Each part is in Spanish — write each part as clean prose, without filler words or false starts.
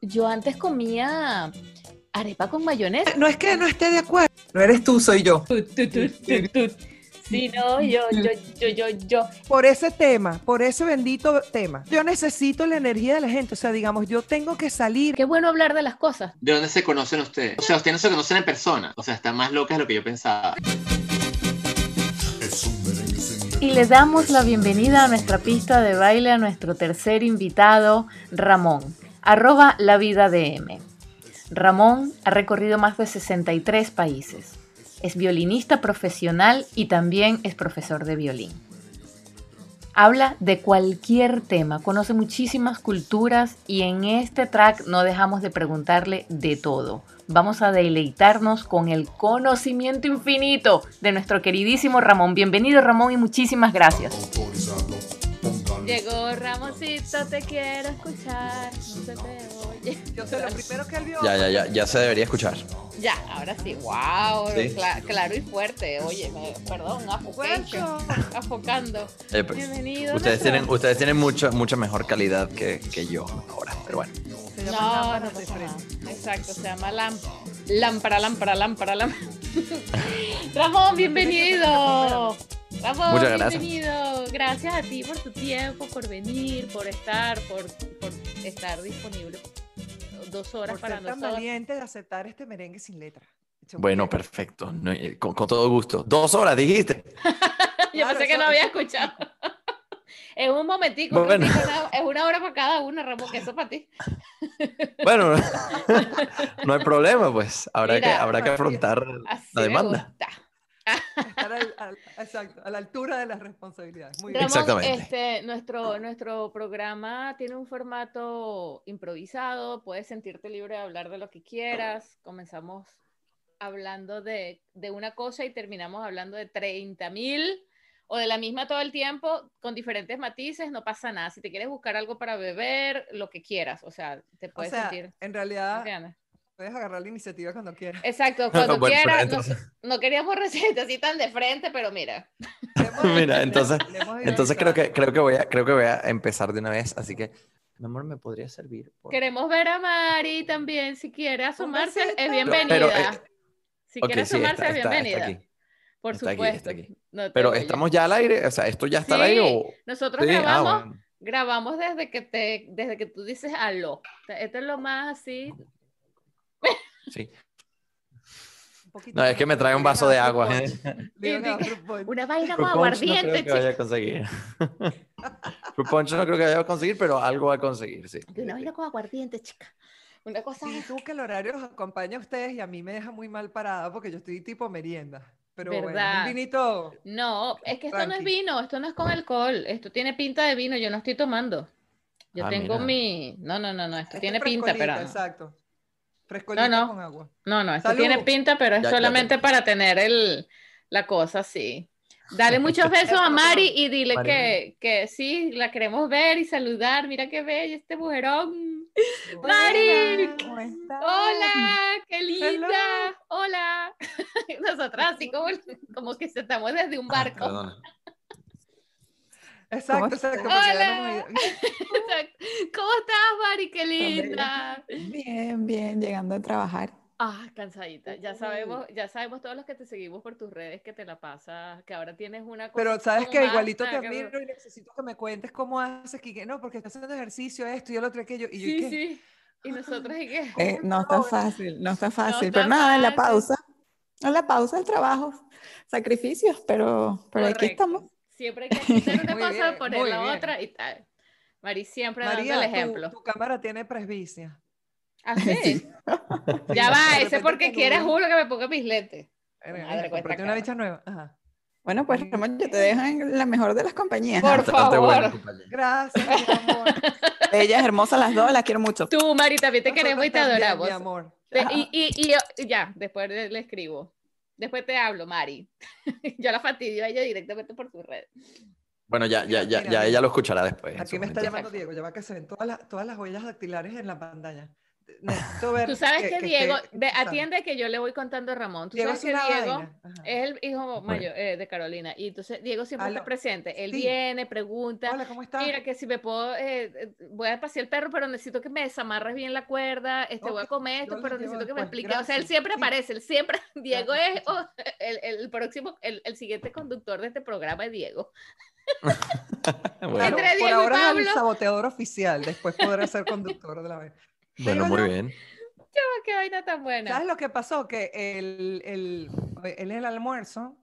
Yo antes comía arepa con mayonesa. No es que no esté de acuerdo. No eres tú, soy yo. Sí, no, yo. Por ese tema, por ese bendito tema. Yo necesito la energía de la gente. O sea, digamos, yo tengo que salir. Qué bueno hablar de las cosas. ¿De dónde se conocen ustedes? O sea, ustedes no se conocen en persona. O sea, están más locas de lo que yo pensaba. Y le damos la bienvenida a nuestra pista de baile a nuestro tercer invitado, Ramón, @lavidadm. Ramón ha recorrido más de 63 países. Es violinista profesional y también es profesor de violín. Habla de cualquier tema, conoce muchísimas culturas y en este track no dejamos de preguntarle de todo. Vamos a deleitarnos con el conocimiento infinito de nuestro queridísimo Ramón. Bienvenido, Ramón, y muchísimas gracias. Llegó Ramoncito, te quiero escuchar, no se te oye. Yo sé, lo primero que él vio. Ya se debería escuchar. Ya, ahora sí, wow, ¿Sí? Claro y fuerte. Oye, perdón, afocando. Bienvenido. Ustedes tienen mucha mejor calidad que yo ahora, pero bueno. No pasa nada. Exacto, se llama lámpara. Ramón, bienvenido. Ramón, Muchas gracias. bienvenido. Gracias a ti por tu tiempo, por venir, por estar disponible 2 horas Por para ser tan nosotros. valiente de aceptar este merengue sin letra. Bueno, perfecto. No, con todo gusto. 2 horas, dijiste. Yo pensé que no había escuchado. Es un momentico, Bueno. es 1 hora para cada uno, Ramón, que eso es para ti. Bueno, no hay problema, pues. Habrá Mira, que afrontar Así la me demanda. gusta. Estar exacto, a la altura de las responsabilidades. Muy bien. Ramón, Exactamente. nuestro programa tiene un formato improvisado, puedes sentirte libre de hablar de lo que quieras. Comenzamos hablando de una cosa y terminamos hablando de 30.000 o de la misma todo el tiempo con diferentes matices, no pasa nada. Si te quieres buscar algo para beber, lo que quieras, o sea, te puedes sentir. En realidad, ¿Entiendes? puedes agarrar la iniciativa cuando quieras. Exacto, cuando Bueno, pero quieras. entonces- No queríamos recetas así tan de frente, pero mira. Mira, entonces creo que que voy a empezar de una vez, así que, mi amor, ¿me podría servir? Queremos ver a Mari también, si quiere asomarse, besito. es bienvenida. Pero, si ok, quiere sí, asomarse, es está bienvenida. aquí. Por Está aquí, supuesto. está aquí. No te Pero oye. estamos ya al aire, o sea, ¿esto ya está al aire o...? Nosotros Sí, grabamos, bueno. desde que tú dices aló. Esto es lo más así. Sí. un poquito No, es que me trae un vaso de agua. Una vaina con Fruit punch no aguardiente, creo que vaya a conseguir. Fruit punch no creo que vaya a conseguir, pero algo va a conseguir, sí. Una vaina con aguardiente, chica. Una cosa. Y tú que el horario los acompaña a ustedes y a mí me deja muy mal parada porque yo estoy tipo merienda. Pero bueno, ¿Verdad? un vinito. No, es que esto no es Tranqui. vino, esto no es con alcohol, esto tiene pinta de vino, yo no estoy tomando. Yo tengo Mira. mi. No, esto Este tiene es pinta, pero. exacto. Frescolita No. con agua. No, esto ¡Salud! tiene pinta, pero es Ya solamente tenemos. para tener la cosa así. Dale muchos besos a Mari y dile Mari. que sí, la queremos ver y saludar. Mira qué bello este mujerón. Buenas, ¡Mari! ¿cómo estás? ¡Hola! ¡Qué linda! Hello. ¡Hola! Nosotras así como que estamos desde un barco. Perdona. Exacto. estás? Porque ya ¡Hola! no hemos ido. Exacto. ¿Cómo estás, Mari? ¡Qué linda! Bien, llegando a trabajar. Cansadita. Ya sabemos todos los que te seguimos por tus redes que te la pasas, que ahora tienes una cosa. Pero sabes como que más- igualito te nada que admiro ver. y necesito que me cuentes cómo haces, Kike. No, porque estás haciendo ejercicio, esto y el otro, aquello. Y yo, ¿y Sí, qué? sí. Y nosotros, ¿y qué? ¿Cómo No lo está logras? fácil, no está No fácil. está Pero nada, fácil. en la pausa el trabajo, sacrificios, pero aquí estamos. Correcto. Siempre hay que quitar una Muy cosa, bien, poner muy la bien. otra y tal. Mari siempre dando el María, ejemplo. tu cámara tiene presbicia. ¿Ah, sí? Sí. Ya Sí, va, de ese repente porque te quiere, nubla. juro que me ponga mis lentes. Madre, con esta Comprate una cara. bicha nueva. Ajá. Bueno, pues Ramón, yo te dejo en la mejor de las compañías. Por Bastante buena favor. compañía. Gracias, mi amor. Bellas, hermosas las dos, las quiero mucho. Tú, Mari, también te Nosotros queremos y te también, adoramos. mi amor. Y ya, después le escribo. Después te hablo, Mari. Yo la fastidio a ella directamente por sus redes. Bueno, ya Mira. ella lo escuchará después. en Aquí su me está momento. llamando Diego. Ya va que se ven todas las huellas dactilares en la pantalla. necesito ver Tú sabes que Diego, qué pasa. atiende que yo le voy contando a Ramón. Tú Diego sabes es que una Diego vaina. Ajá. es el hijo Muy mayor de Carolina. Y entonces Diego siempre está Aló. presente. Él Sí. viene, pregunta, Hola, ¿cómo estás? mira que si me puedo, voy a pasear el perro, pero necesito que me desamarres bien la cuerda, voy a Ok, comer yo esto, les pero llevo necesito que me después. explique. O sea, él Gracias. siempre Sí, aparece, él siempre, Diego gracias. es el próximo, el siguiente conductor de este programa es Diego. Bueno, Claro, Entre por Diego y ahora es el Pablo, saboteador oficial. Después podrá ser conductor de la vez. Te bueno, digo muy yo, bien. qué vaina tan buena. ¿sabes lo que pasó? Que él en el almuerzo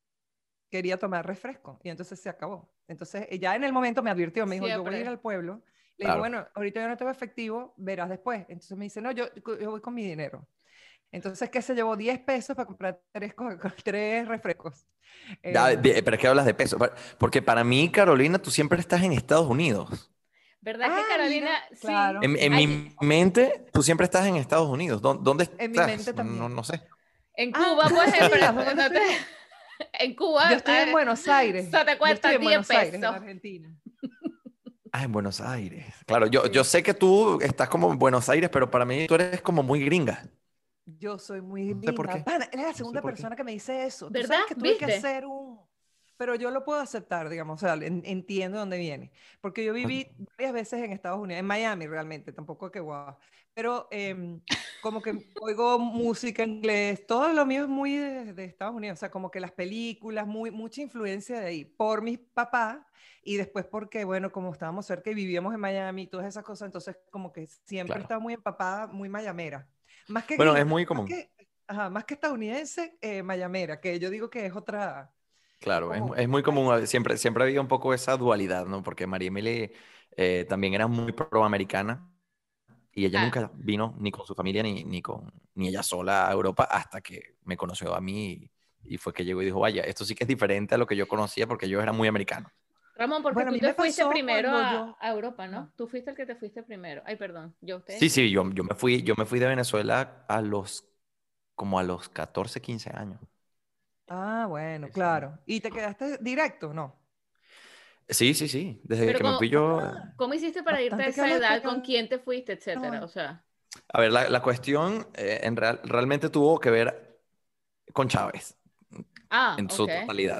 quería tomar refresco y entonces se acabó. Entonces, ya en el momento me advirtió, me dijo, yo voy a ir Siempre. al pueblo. Le digo, Claro. bueno, ahorita yo no tengo efectivo, verás después. Entonces me dice, no, yo voy con mi dinero. Entonces, ¿qué se llevó? 10 pesos para comprar tres refrescos. Ya, Em, pero es que hablas de peso. Porque para mí, Carolina, tú siempre estás en Estados Unidos. ¿Verdad que Carolina, mira, sí? claro. En mi mente, tú siempre estás en Estados Unidos. ¿Dónde En mi estás? mente también. No sé. En Ah, Cuba, ¿tú pues, no sabías dónde no estoy te- yo? en Cuba, Yo estoy en Buenos Aires. eso te Yo estoy cuesta en 10 Buenos Aires, en pesos. Argentina. Ah, en Buenos Aires. Claro, yo Sí. sé que tú estás como en Buenos Aires, pero para mí tú eres como muy gringa. Yo soy muy No sé por gringa. qué. Pana, eres la No sé segunda por qué. persona que me dice eso. Tú ¿Verdad? sabes que tuve que ¿Viste? hacer un... Pero yo lo puedo aceptar, digamos, o sea, entiendo de dónde viene. Porque yo viví varias veces en Estados Unidos, en Miami realmente, tampoco que guau. Pero como que oigo música en inglés, todo lo mío es muy de Estados Unidos, o sea, como que las películas, mucha influencia de ahí, por mis papás y después porque, bueno, como estábamos cerca y vivíamos en Miami y todas esas cosas, entonces como que siempre Claro. estaba muy empapada, muy mayamera. Más que Bueno, es gringa, muy común. más que estadounidense, mayamera, que yo digo que es otra, es Claro, como es muy país. común. Siempre había un poco esa dualidad, ¿no? Porque María Emily también era muy proamericana y ella Ah, nunca vino ni con su familia ni ella sola a Europa hasta que me conoció a mí y fue que llegó y dijo, vaya, esto sí que es diferente a lo que yo conocía porque yo era muy americano. Ramón, porque Bueno, a tú mí te me fuiste pasó primero cuando yo... a Europa, ¿no? Ajá. Tú fuiste el que te fuiste primero. Ay, perdón, ustedes Sí, sí. sí, yo me fui de Venezuela como a los 14 15 años. Ah, bueno, Sí, sí. claro. ¿Y te quedaste directo? No. Sí, sí, sí. Desde Pero que me ¿cómo, fui yo. cómo hiciste para irte a Bastante que esa habla edad? ¿Con español. quién te fuiste, etcétera? O sea, A ver, la cuestión realmente tuvo que ver con Chávez en ok. su totalidad.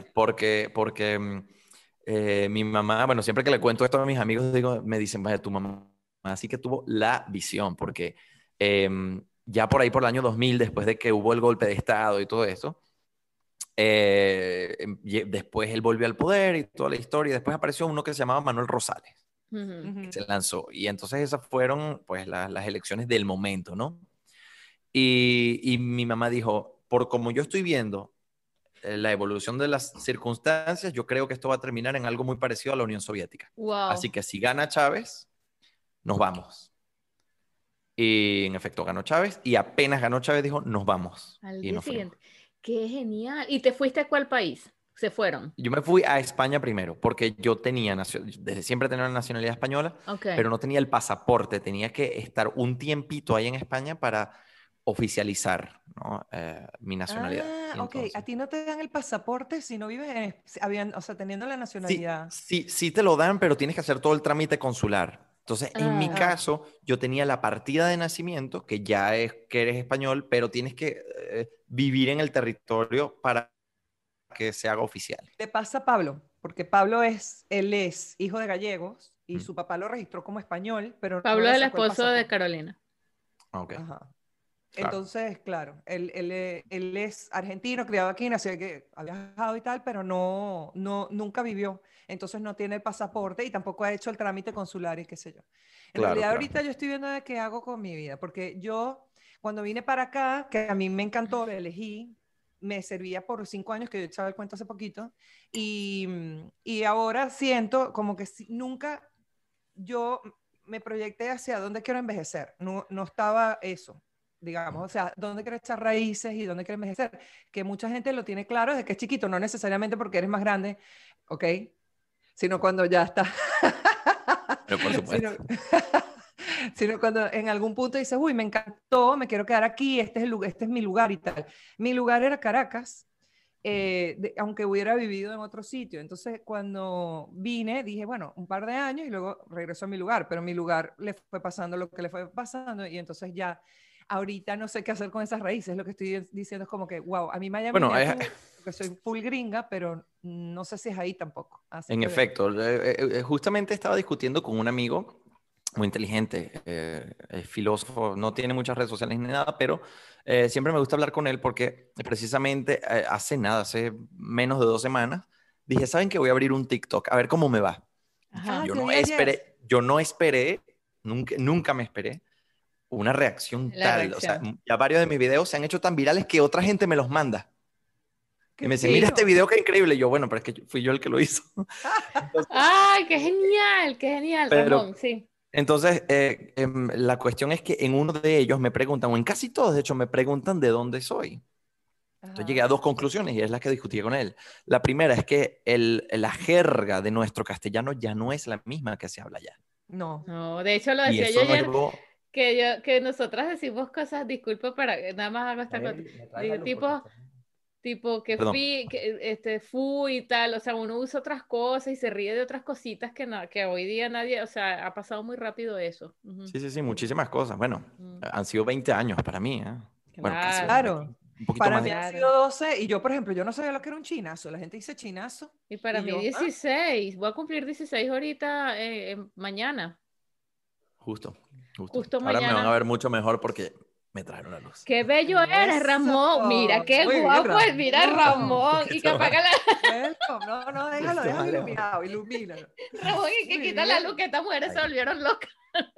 Porque mi mamá, bueno, siempre que le cuento esto a mis amigos, me dicen, vaya, tu mamá sí que tuvo la visión, porque ya por ahí por el año 2000, después de que hubo el golpe de Estado y todo eso, y después él volvió al poder y toda la historia, y después apareció uno que se llamaba Manuel Rosales, Ujú. que Ujú. se lanzó, y entonces esas fueron pues las elecciones del momento, ¿no? Y mi mamá dijo, por como yo estoy viendo la evolución de las circunstancias, yo creo que esto va a terminar en algo muy parecido a la Unión Soviética. Así Wow. que si gana Chávez, nos vamos. Y en efecto ganó Chávez y apenas ganó Chávez dijo, nos vamos. Al Y día nos fuimos. siguiente. Qué genial. ¿Y te fuiste a cuál país? Se fueron. Yo me fui a España primero porque yo desde siempre tenía la nacionalidad española, Ok. pero no tenía el pasaporte. Tenía que estar un tiempito ahí en España para oficializar, ¿no? Mi nacionalidad. Ah, Y ok. A entonces, ti no te dan el pasaporte si no vives o sea, teniendo la sí, nacionalidad. sí, sí te lo dan, pero tienes que hacer todo el trámite consular. Entonces, en mi Ah, Ah, caso, yo tenía la partida de nacimiento, que ya es que eres español, pero tienes que vivir en el territorio para que se haga oficial. le pasa a Pablo, porque Pablo él es hijo de gallegos y Mm. su papá lo registró como español, pero no Pablo le es el sacó el esposo de pasaporte. Carolina. Ok, Ajá. claro, Entonces, claro, él es argentino, criado aquí, nació que ha viajado y tal, pero nunca vivió. Entonces no tiene el pasaporte y tampoco ha hecho el trámite consular y qué sé yo. En claro, realidad claro. ahorita yo estoy viendo de qué hago con mi vida, porque yo cuando vine para acá, que a mí me encantó, lo elegí, me servía por 5 años, que yo echaba el cuento hace poquito, y ahora siento como que nunca yo me proyecté hacia dónde quiero envejecer. No estaba eso, digamos. O sea, dónde quiero echar raíces y dónde quiero envejecer. Que mucha gente lo tiene claro desde que es chiquito, no necesariamente porque eres más grande, ¿ok? Sino cuando ya está. Pero por supuesto. sino, sino cuando en algún punto dices, uy, me encantó, me quiero quedar aquí, este es mi lugar y tal. Mi lugar era Caracas. aunque hubiera vivido en otro sitio. Entonces, cuando vine, dije, bueno, un par de años y luego regreso a mi lugar, pero mi lugar le fue pasando lo que le fue pasando y entonces ya, ahorita no sé qué hacer con esas raíces. Lo que estoy diciendo es como que, wow, a mí Miami Bueno, me atrae porque soy full gringa, pero no sé si es ahí tampoco. Así en que, efecto, justamente estaba discutiendo con un amigo muy inteligente, es filósofo, no tiene muchas redes sociales ni nada, pero siempre me gusta hablar con él porque precisamente hace menos de 2 semanas, dije, ¿saben qué? Voy a abrir un TikTok, a ver cómo me va. Ajá. yo vi ayer. Yo no esperé, nunca me esperé una reacción La tal. O sea, reacción. ya varios de mis videos se han hecho tan virales que otra gente me los manda. Y Qué me dice, Sí. mira este fino. video, qué increíble. Y yo, bueno, pero es que fui yo el que lo hizo. ¡Ay, qué genial, Pero Ramón! Sí. entonces, la cuestión es que en uno de ellos me preguntan, o en casi todos, de hecho, me preguntan de dónde soy. Entonces llegué Ajá. a dos conclusiones y es la que discutí con él. La primera es que la jerga de nuestro castellano ya no es la misma que se habla allá. No. No, de hecho lo Y decía yo eso nos ayer, llevó... que nosotras decimos cosas, disculpa para nada más hago esta cosa, digo, tipo que Perdón. fui y tal, o sea, uno usa otras cosas y se ríe de otras cositas que hoy día nadie, o sea, ha pasado muy rápido eso. Ujú. Sí, muchísimas cosas. Bueno, Mm. han sido 20 años para mí, ¿eh? Bueno, casi Claro, 20, Claro. un poquito Para más mí de... han claro. sido 12 y yo, por ejemplo, yo no sabía lo que era un chinazo. La gente dice chinazo Y para y mí yo, 16, voy a cumplir 16 ahorita, mañana, Justo. justo Ahora me van a mañana. ver mucho mejor porque me trajeron la luz. Qué bello eres, eso. Ramón. Mira qué Muy bien, guapo es, mira Ramón. Un Ramón. Y que poquito más, apaga la Welcome. No, un déjalo poquito más lejos. iluminado, ilumínalo. Ramón y que Muy quita la bien. luz, que estas mujeres se Ahí. volvieron locas.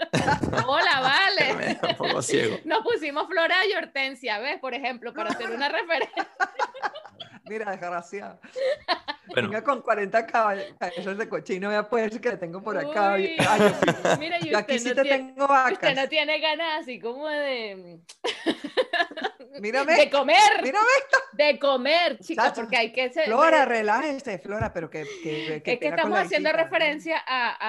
Hola, vale. Me deja un poco ciego. Nos pusimos Flora y Hortensia, ¿ves? Por ejemplo, para hacer una referencia. Mira, desgraciada. Bueno, Venga con 40 cabezas de cochino, vea pues que le tengo por acá. Uy, mira, y Yo aquí usted sí no te tiene, tengo usted no vacas. tiene ganas así como de Mírame, comer, mírame, de comer, chica, muchacha. porque hay que ser, Flora, relájese, Flora, pero que es que pena con estamos la haciendo visita. referencia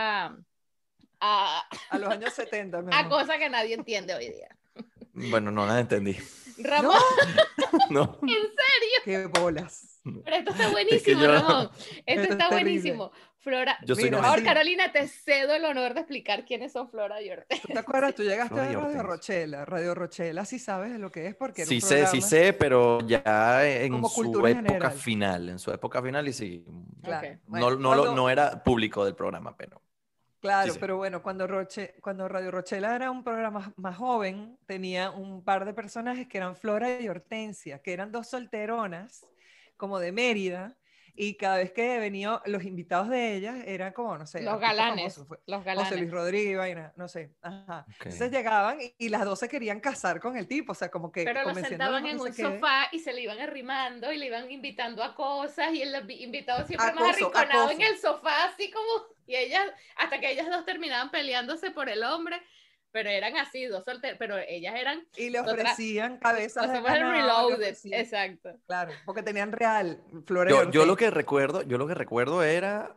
a A los años 70, mi a amor. cosas que nadie entiende hoy día. bueno, no nada entendí. Ramón, No. ¿en serio? Qué bolas. Pero esto está Es que buenísimo, yo, Ramón. Esto Esto está es terrible. buenísimo. Flora, yo soy Mira, por favor, 90. sí. Carolina, te cedo el honor de explicar quiénes son Flora y Hortensia. ¿Tú te acuerdas? Tú llegaste Flora a y Radio Hortensia. Rochela. Radio Rochela, sí sabes de lo que es, porque era un Sí programa sé, pero ya en como su cultura época general. final, y sí, Claro. Ok. Bueno, no era público del programa, pero claro, sí. pero bueno, cuando Radio Rochela era un programa más joven, tenía un par de personajes que eran Flora y Hortensia, que eran dos solteronas, como de Mérida, y cada vez que venían los invitados de ellas eran como, no sé, Los artistas galanes, famosos, los José galanes. Luis Rodríguez, vaina, no sé, ajá. Ok. Entonces llegaban y las dos se querían casar con el tipo, o sea, como que Pero los convenciendo a los sentaban demás en que un se quede. sofá y se le iban arrimando y le iban invitando a cosas y el invitado siempre más Acoso, arrinconado acoso. en el sofá, así como, y ellas, hasta que ellas dos terminaban peleándose por el hombre, pero eran así, dos solteros, pero ellas eran Y le otra, ofrecían cabezas de hacemos el ganado, le reloaded, ofrecían, exacto. claro, porque tenían real, Flora y Yo lo Hortensia. que recuerdo era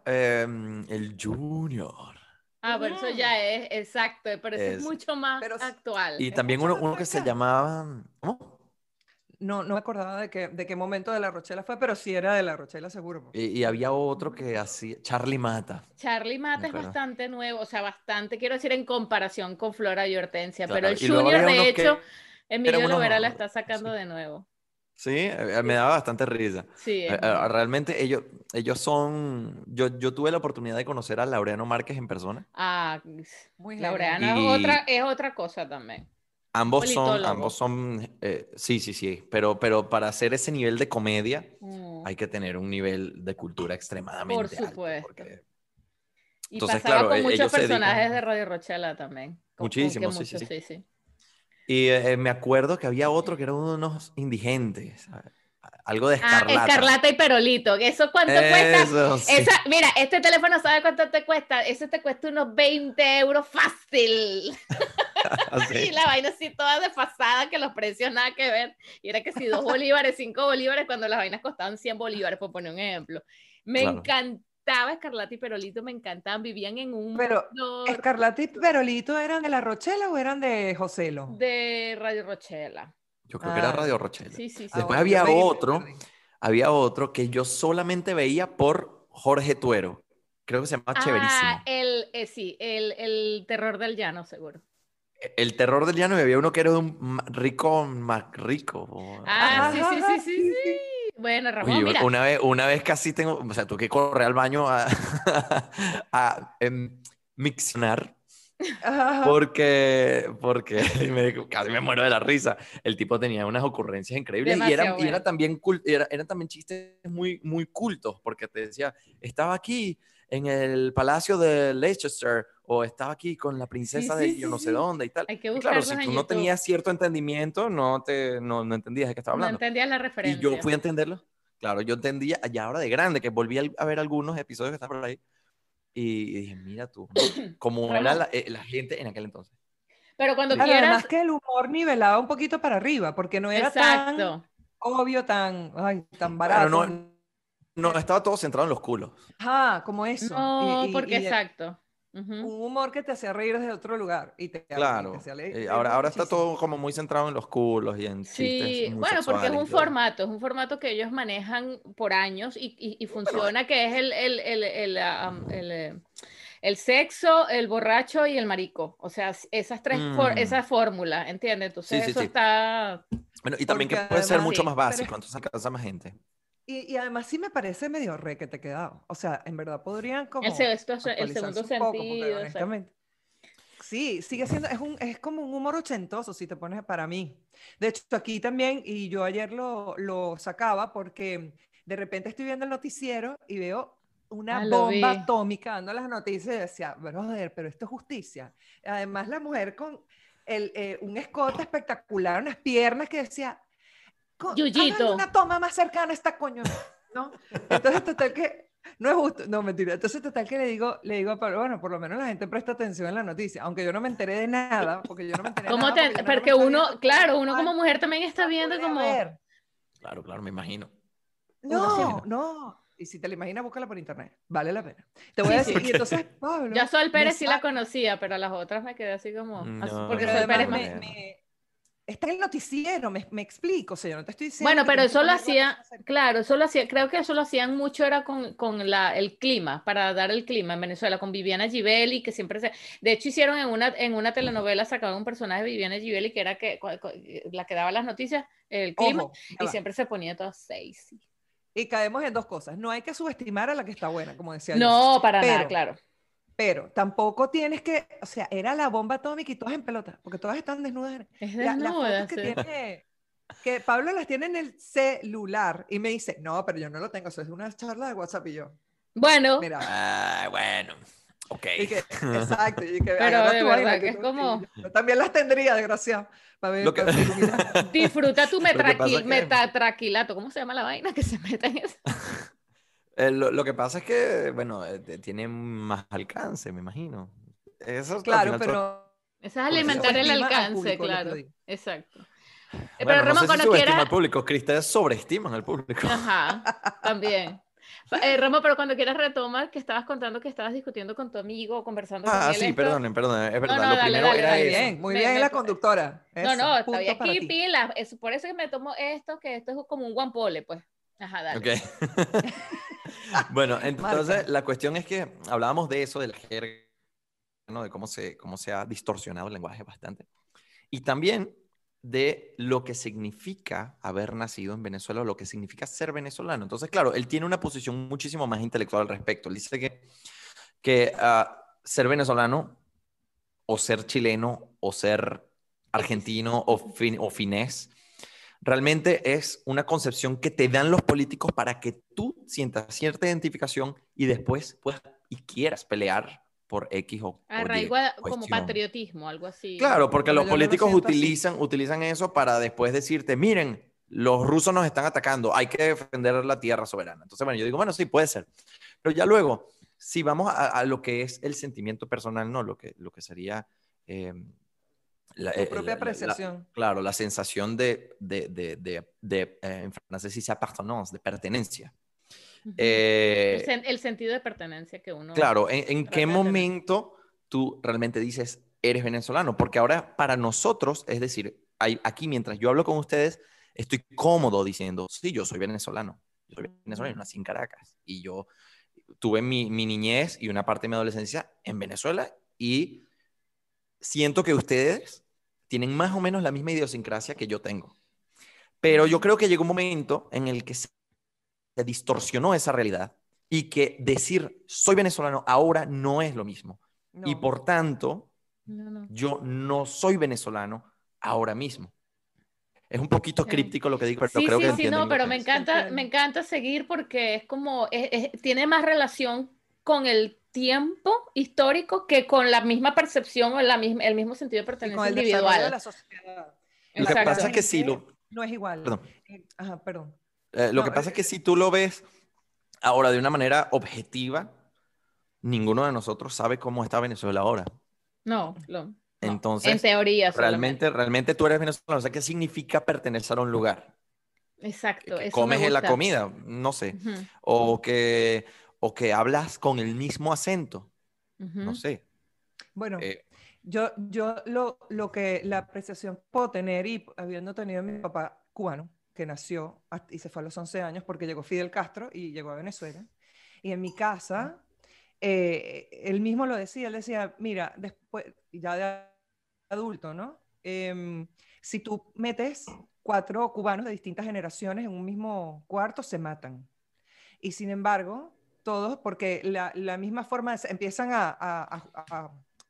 el Junior. Ah, pero eso ya es, exacto, pero eso es Es- mucho más Pero actual. y es también mucho más uno que se actual. llamaba, ¿cómo? No me acordaba de qué momento de La Rochela fue, pero sí era de La Rochela seguro. Y había otro que hacía, Charlie Mata. Charlie Mata Me es acuerdo. bastante nuevo, o sea, bastante, quiero decir, en comparación con Flora y Hortensia, pero Claro, el y luego Junior, había de unos hecho, que eran Emilio Lovera la unos, está sacando sí, de nuevo. sí, me daba bastante risa. Sí, es muy... Realmente ellos son, yo tuve la oportunidad de conocer a Laureano Márquez en persona. Ah, Muy genial. Laureano Y es otra cosa también. ambos Politólogo. son, sí, pero para hacer ese nivel de comedia Mm, hay que tener un nivel de cultura por extremadamente alto. supuesto. Porque... Y Entonces, pasaba claro, con muchos ellos se personajes de dedican Radio Rochela también. muchísimo, Que muchos, sí. sí. Y me acuerdo que había otro que era unos indigentes, algo de Ah, Escarlata. Escarlata y Perolito. ¿Eso cuánto cuesta? Eso, sí. Mira, este teléfono, ¿sabe cuánto te cuesta? Ese te cuesta unos 20 euros fácil. Así. Y la vaina así toda desfasada, que los precios nada que ver. Y era que si 2 bolívares, 5 bolívares, cuando las vainas costaban 100 bolívares, por poner un ejemplo. Me Claro. encantaba Escarlata y Perolito, me encantaban. Vivían en un Pero, mundo ¿Escarlata y Perolito eran de La Rochela o eran de Joselo? de Radio Rochela. Yo creo que era Ah, Radio Rochela. Sí. Después bueno, yo había me otro, perdí. había otro que yo solamente veía por Jorge Tuero. Creo que se llama Chéverísimo. Sí, el terror del llano, seguro. El terror del llano, y había uno que era de un rico más rico. Ah, sí, sí, sí, sí, sí, sí. sí. Bueno, Ramón, Oye, mira. una vez casi tengo, o sea, tuve que correr al baño a miccionar Ajá. porque casi me muero de la risa. El tipo tenía unas ocurrencias increíbles Demasiado y era bueno. también eran también chistes muy, muy cultos, porque te decía, estaba aquí en el Palacio de Leicester o estaba aquí con la Sí, princesa sí, de yo sí, no sé sí. dónde y tal. Hay que Y claro, buscarlos si en tú no YouTube. tenías cierto entendimiento, no entendías de qué estaba No hablando. entendías la Y yo referencia. fui a entenderlo. Claro, yo entendía ya ahora de grande, que volví a ver algunos episodios que están por ahí y dije, mira tú, ¿no? Cómo era Ramón, la gente en aquel entonces. pero cuando Dime. Claro, además quieras, que el humor nivelaba un poquito para arriba, porque no era tan exacto. obvio, tan Bueno, barato. no, estaba todo centrado en los culos. Ajá, como eso. No, porque exacto. Ujú. Un humor que te hacía reír desde otro lugar y te Claro. hacía reír Ahora está muchísimo. todo como muy centrado en los culos y en chistes Sí, muy bueno, porque sexuales y todo eso. es un formato que ellos manejan por años y Bueno, funciona, que es el sexo, el borracho y el marico. O sea, mm, esa fórmula, ¿entiendes? sí, Entonces sí, eso sí. está Bueno, y también Porque que puede ser además, mucho así. más pero básico, entonces alcanza más gente. y además sí me parece medio re que te quedado. O sea, en verdad podrían como El segundo actualizarse un poco, porque sentido, exacto. honestamente. Sí, sigue siendo, es como un humor ochentoso, si te pones para mí. De hecho, aquí también, y yo ayer lo sacaba porque de repente estoy viendo el noticiero y veo una Ah, lo bomba vi. atómica dando las noticias y decía, brother, pero esto es justicia. Además, la mujer con un escote espectacular, unas piernas que decía, Yuyito. háganle una toma más cercana a esta coño, ¿no? Entonces, total que no es justo, no, mentira. Entonces, total que le digo a Pablo, bueno, por lo menos la gente presta atención en la noticia, aunque yo no me enteré de nada, porque yo no me enteré de nada, porque yo nada más Porque estaba uno, viendo cómo claro, uno como Juan mujer también está la viendo puede como, ver. Claro, claro, me imagino. uno siempre, No, no. Y si te la imaginas, búscala por internet. Vale la pena. Te voy a sí, decir, sí. y entonces Yo a Pablo Sol me Pérez sí la saca, conocía, pero a las otras me quedé así como, No, porque pero Sol no, además Pérez no, más. está en el noticiero, me explico, o sea, yo no te estoy diciendo Bueno, que pero tienes que eso lo ponerlo en hacía, esa serie. claro, eso lo hacía, creo que eso lo hacían mucho era con el clima, para dar el clima en Venezuela, con Viviana Givelli, que siempre de hecho hicieron en una telenovela, sacaban un personaje de Viviana Givelli, que era la que daba las noticias, el clima, Ojo, ya y va. siempre se ponía toda sexy. Y caemos en dos cosas. No hay que subestimar a la que está buena, como decía yo. No, para nada, Pero, claro. pero tampoco tienes que, o sea, era la bomba atómica y todas en pelota, porque todas están desnudas. Es Las fotos desnuda, que sí. tiene, que Pablo las tiene en el celular y me dice, no, pero yo no lo tengo, eso es una charla de WhatsApp y yo, Bueno, mira, Ah, bueno, ok. y que, exacto, y que pero agarra de tu vaina, verdad que que es como, yo también las tendría, desgraciado, para ver, Lo que, para iluminar. disfruta tu lo que pasa es que metatraquilato, ¿cómo se llama la vaina que se mete en eso? lo que pasa es que, bueno, tiene más alcance, me imagino. Eso al Claro, final todo pero Eso es no se alimentar el subestima al alcance, público, lo que yo claro. digo. Exacto. Pero bueno, no Ramón, sé si cuando subestima quieras, al público, ustedes sobreestiman al público. ajá, también. Ramón, pero cuando quieras retomar que estabas contando que estabas discutiendo con tu amigo o conversando con Ah, él sí, esto. perdonen, es No, verdad. no, Lo dale, primero dale, era dale. eso. Muy bien la conductora. No, Eso, no, estoy punto para aquí, ti. pila. Es por eso que me tomo esto, que esto es como un guampole, pues. Ajá, Ok. dale. Bueno, entonces Marca. la cuestión es que hablábamos de eso, de la jerga, ¿no? De cómo se ha distorsionado el lenguaje bastante. Y también de lo que significa haber nacido en Venezuela o lo que significa ser venezolano. Entonces, claro, él tiene una posición muchísimo más intelectual al respecto. Él dice que ser venezolano o ser chileno o ser argentino o finés realmente es una concepción que te dan los políticos para que tú sientas cierta identificación y después puedas y quieras pelear por X o Y Arraigo como cuestión. patriotismo, algo así. Claro, porque Bueno, los yo no lo políticos siento así. utilizan eso para después decirte, miren, los rusos nos están atacando, hay que defender la tierra soberana. Entonces, bueno, yo digo, bueno, sí, puede ser. Pero ya luego, si vamos a lo que es el sentimiento personal, ¿no? Lo que sería eh, la, Tu propia apreciación. claro, la sensación en francés dice appartenance, de pertenencia. Ujú. Eh, El sentido de pertenencia que uno claro, ¿en qué trata de tener. momento tú realmente dices, eres venezolano? Porque ahora para nosotros, es decir, aquí mientras yo hablo con ustedes, estoy cómodo diciendo, sí, yo soy venezolano. Yo soy venezolano, nací en Caracas y yo tuve mi niñez y una parte de mi adolescencia en Venezuela y siento que ustedes tienen más o menos la misma idiosincrasia que yo tengo. Pero yo creo que llegó un momento en el que se distorsionó esa realidad y que decir soy venezolano ahora no es lo mismo. Y No. por tanto, No. yo no soy venezolano ahora mismo. Es un poquito Sí. críptico lo que digo, pero Sí, creo que sí, entienden no, lo pero que me es. encanta, me encanta seguir porque es como, tiene más relación con el tiempo histórico que con la misma percepción o el mismo sentido de Y con pertenencia el desarrollo de individual. la sociedad. Lo que pasa es que si Actualmente lo... no es igual. Perdón. Ajá, perdón. Lo No, que pasa es que si tú lo ves ahora de una manera objetiva, ninguno de nosotros sabe cómo está Venezuela ahora. No, en Entonces, teoría solamente. realmente tú eres venezolano. O sea, ¿qué significa pertenecer a un lugar? Exacto, Que eso me comes en la gusta. comida, no sé. Ujú, O que hablas con el mismo acento, no ujú. sé. bueno, Eh, yo lo que la apreciación que puedo tener y habiendo tenido a mi papá cubano, que nació y se fue a los 11 años porque llegó Fidel Castro y llegó a Venezuela. Y en mi casa, él mismo lo decía, él decía, mira, después, ya de adulto, ¿no? Si tú metes 4 cubanos de distintas generaciones en un mismo cuarto, se matan. Y sin embargo, todos, porque la misma forma, empiezan a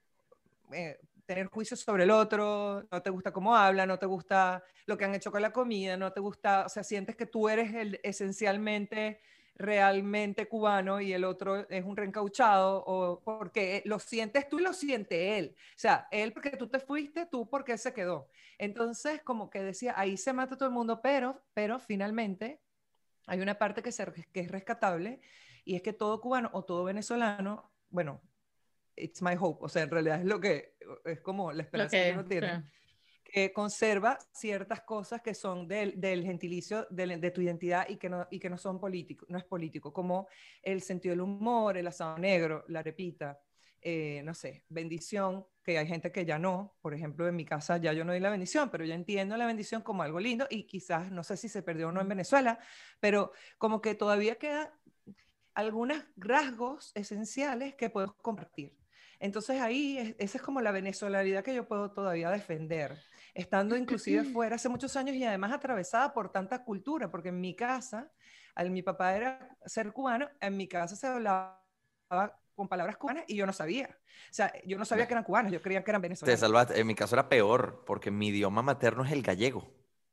tener juicios sobre el otro, no te gusta cómo habla, no te gusta lo que han hecho con la comida, no te gusta, o sea, sientes que tú eres el esencialmente, realmente cubano y el otro es un reencauchado, o porque lo sientes tú y lo siente él. O sea, él porque tú te fuiste, tú porque él se quedó. Entonces, como que decía, ahí se mata todo el mundo, pero finalmente hay una parte que es rescatable y es que todo cubano o todo venezolano, bueno, it's my hope, o sea, en realidad es lo que es como la Lo esperanza que que, uno tiene, que conserva ciertas cosas que son del gentilicio de tu identidad y que no son políticos, no es político, como el sentido del humor, el asado negro, la repita, no sé, bendición, que hay gente que ya no, por ejemplo, en mi casa ya yo no doy la bendición, pero yo entiendo la bendición como algo lindo y quizás, no sé si se perdió o no en Venezuela, pero como que todavía queda algunos rasgos esenciales que puedo compartir. Entonces ahí, esa es como la venezolaridad que yo puedo todavía defender, estando inclusive fuera hace muchos años y además atravesada por tanta cultura, porque en mi casa, mi papá era ser cubano, en mi casa se hablaba con palabras cubanas y yo no sabía. O sea, yo no sabía que eran cubanos, yo creía que eran Te venezolanos. salvaste. En mi caso era peor, porque mi idioma materno es el gallego,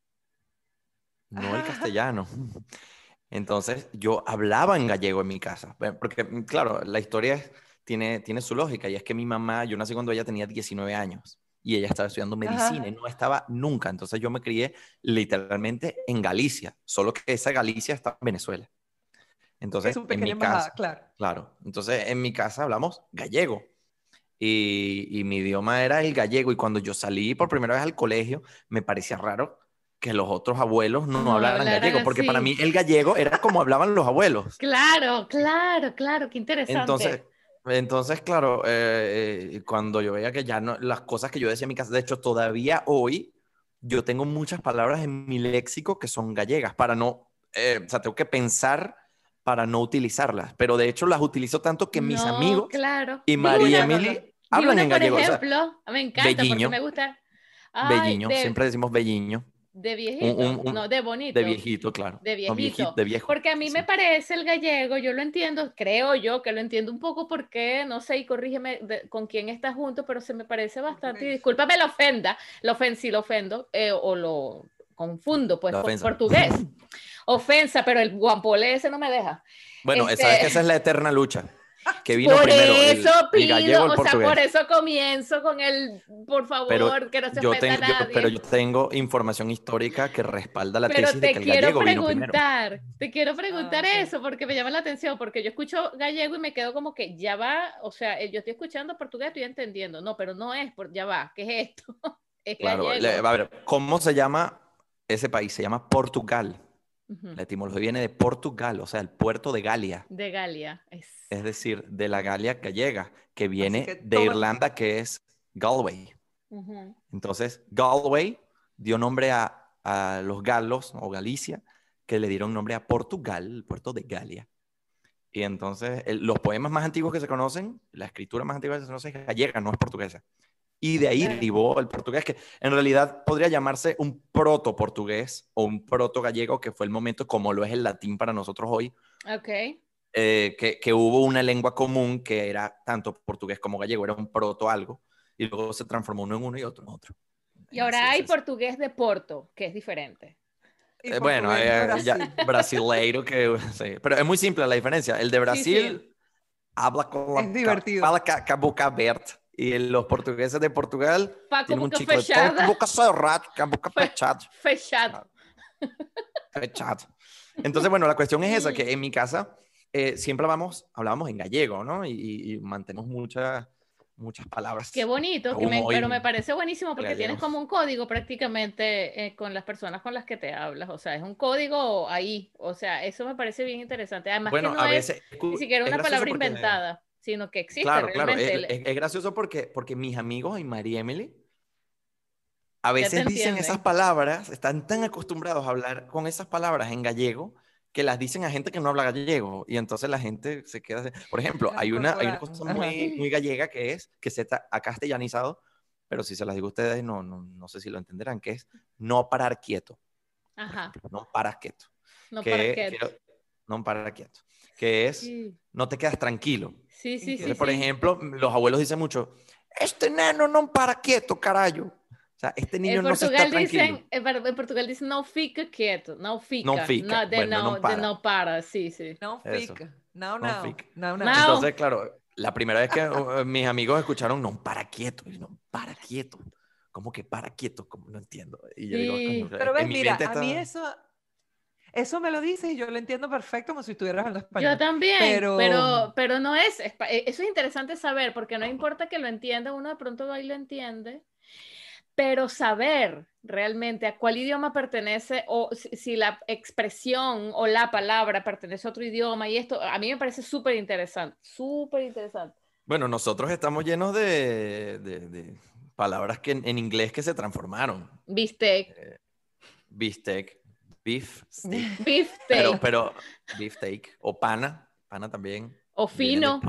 no el castellano. Entonces, yo hablaba en gallego en mi casa, porque, claro, la historia tiene su lógica, y es que mi mamá, yo nací cuando ella tenía 19 años, y ella estaba estudiando medicina, y Ajá. no estaba nunca. Entonces, yo me crié literalmente en Galicia, solo que esa Galicia está en Venezuela. Es Entonces, un en pequeño mi casa, embajada, claro. claro, entonces en mi casa hablamos gallego. Y mi idioma era el gallego. Y cuando yo salí por primera vez al colegio, me parecía raro que los otros abuelos no no hablaran hablaran gallego, porque para así. mí el gallego era como hablaban los abuelos. Claro, claro, claro, qué Entonces, interesante. claro, cuando yo veía que ya no, las cosas que yo decía en mi casa, de hecho, todavía hoy, yo tengo muchas palabras en mi léxico que son gallegas, para no, o sea, tengo que pensar para no utilizarlas, pero de hecho las utilizo tanto que mis No, amigos claro. y Dime María una, Habla. Emily di hablan una, en por gallego. O sea, ejemplo. Me encanta porque belliño, me gusta. Ay, belliño, siempre decimos belliño. de Un, viejito, no, de de bonito, viejito, claro. de No, viejito, viejito. de viejo. Porque a Sí, mí me sí. parece el gallego, yo lo entiendo, creo yo que lo entiendo un poco porque, no sé, y corrígeme con quién está junto, pero se me parece bastante, y Portugués. discúlpame la ofenda, si lo ofendo, o lo confundo, pues, La con ofensa. portugués. Ofensa, pero el guampolé ese no me deja. Bueno, sabes que esa Este, es la eterna lucha. Que vino por primero, eso el pido, gallego o el o sea, por portugués. eso comienzo con el, por Pero favor, que no se ofenda a pero nadie. yo tengo información histórica que respalda la Pero tesis de que el gallego vino primero. te quiero Ah, preguntar ok. eso porque me llama la atención, porque yo escucho gallego y me quedo como que ya va, o sea, yo estoy escuchando portugués, estoy entendiendo, no, pero no es, ya va, ¿qué es esto? Es Claro, gallego. a ver, ¿cómo se llama ese país? Se llama Portugal. Ujú. La etimología viene de Portugal, o sea, el puerto de Galia. De Galia, Es decir, de la Galia gallega, que Así que viene de todo, Irlanda, que es Galway. Ujú. Entonces, Galway dio nombre a los galos o Galicia, que le dieron nombre a Portugal, el puerto de Galia. Y entonces los poemas más antiguos que se conocen, la escritura más antigua que se conoce es gallega, no es portuguesa. Y de ahí derivó el portugués, que en realidad podría llamarse un proto-portugués o un proto-gallego, que fue el momento como lo es el latín para nosotros hoy. Ok. Que hubo una lengua común que era tanto portugués como gallego, era un proto algo, y luego se transformó uno en uno y otro en otro. Y ahora hay portugués de Porto, que es diferente. Bueno, brasileiro, que sí, pero es muy simple la diferencia. El de Brasil habla con la, es divertido. Fala com a boca aberta. Y los portugueses de Portugal tienen un chico fechada. con boca cerrada, con boca fechada. Fechado. Fechado. Entonces, bueno, la cuestión es esa, que en mi casa siempre hablábamos en gallego, ¿no? Y mantenemos muchas palabras. Qué bonito, pero me parece buenísimo porque tienes como un código prácticamente con las personas con las que te hablas, o sea, es un código ahí, o sea, eso me parece bien interesante. Además, bueno, que no es ni siquiera una palabra inventada, sino que existe realmente. Claro, es gracioso porque mis amigos y María Emily a veces dicen esas palabras, están tan acostumbrados a hablar con esas palabras en gallego que las dicen a gente que no habla gallego, y entonces la gente se queda así. Por ejemplo, hay una cosa muy gallega que se ha castellanizado, pero si se las digo a ustedes no sé si lo entenderán, que es no parar quieto. Ajá. No paras quieto. No parar quieto. No parar quieto. Que es, no te quedas tranquilo. Sí. Entonces, por ejemplo, los abuelos dicen mucho, este neno no para quieto, carajo. O sea, este niño no se está tranquilo. En Portugal dicen no fica quieto, no fica. No fica. No para, sí. No fica. No. Entonces, claro, la primera vez que mis amigos escucharon no para quieto, y no para quieto. ¿Cómo que para quieto? Como no entiendo. Y yo digo, pero ves, mira, a mí eso me lo dices y yo lo entiendo perfecto como si estuvieras hablando español. Yo también, pero no eso es interesante saber, porque no importa que lo entienda, uno de pronto ahí lo entiende, pero saber realmente a cuál idioma pertenece o si la expresión o la palabra pertenece a otro idioma, y esto a mí me parece súper interesante. Bueno, nosotros estamos llenos de palabras que en inglés que se transformaron. Bistec. Bistec. Beef steak. Beefsteak. Pero beefsteak. O pana también. O fino.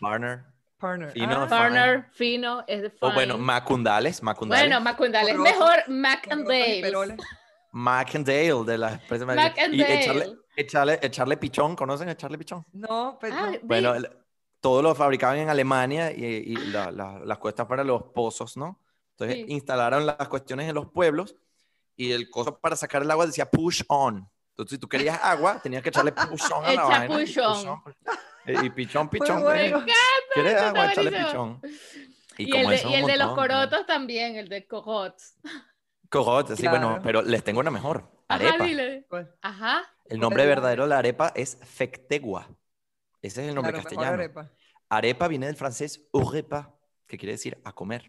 Fino es de fine. O bueno, macundales. Bueno, macundales. Mejor Macandales. Macandale de la empresa. Y echarle pichón. ¿Conocen echarle pichón? No, pero bueno, todo lo fabricaban en Alemania y las cuestas para los pozos, ¿no? Entonces instalaron las cuestiones en los pueblos y el coso para sacar el agua decía push on. Entonces, si tú querías agua, tenías que echarle push on a la vaina. Push on. Y pichón. Bueno. ¿Quieres agua? Echarle pichón. Y el de los corotos también, el de corots. Corotos, sí, bueno, pero les tengo una mejor. Arepa. Ajá, dile. Ajá. El nombre verdadero de la arepa es fectegua. Ese es el nombre castellano. Arepa viene del francés orepa, que quiere decir a comer.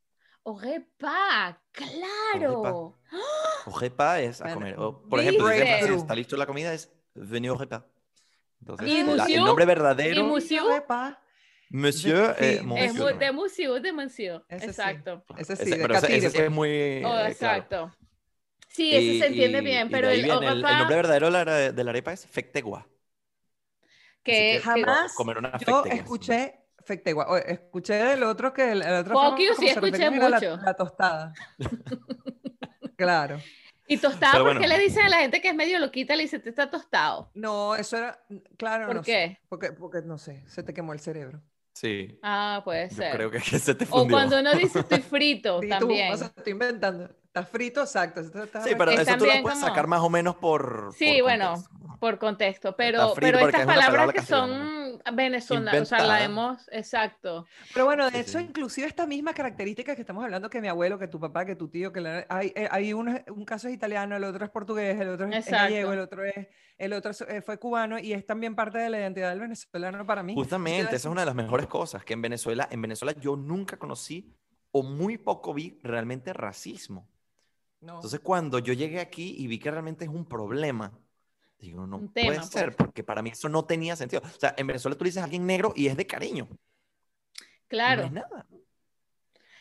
Orepa, claro. Orepa es a comer. Por ejemplo, si está listo la comida, es venir orepa. Entonces, el nombre verdadero. ¿Y monsieur? Monsieur. Es de monsieur. Exacto. Ese sí, pero ese es muy. Exacto. Sí, ese se entiende bien, pero el nombre verdadero de la arepa es fectegua. Que jamás yo escuché fectegua. Escuché del otro que el otro. Sí, escuché mucho. La tostada. Claro. ¿Y tostada por qué le dicen a la gente que es medio loquita? Le dicen, ¿te está tostado? No, eso era, claro, ¿Por qué? Porque no sé, se te quemó el cerebro. Sí. Ah, puede ser. Yo creo que se te fundió. O cuando uno dice estoy frito, también. O sea, estoy inventando. Estás frito, exacto. Sí, pero eso tú lo puedes sacar más o menos por contexto. Por contexto. Pero estas palabras que son venezolanas, o sea, la hemos... Exacto. Pero bueno, de hecho, inclusive esta misma característica que estamos hablando, que mi abuelo, que tu papá, que tu tío, que hay un caso es italiano, el otro es portugués, el otro es gallego, el otro fue cubano, y es también parte de la identidad del venezolano para mí. Justamente, esa es una de las mejores cosas, que en Venezuela yo nunca conocí o muy poco vi realmente racismo. No. Entonces, cuando yo llegué aquí y vi que realmente es un problema, digo, no puede ser, porque para mí eso no tenía sentido. O sea, en Venezuela tú le dices a alguien negro y es de cariño. Claro. No es nada.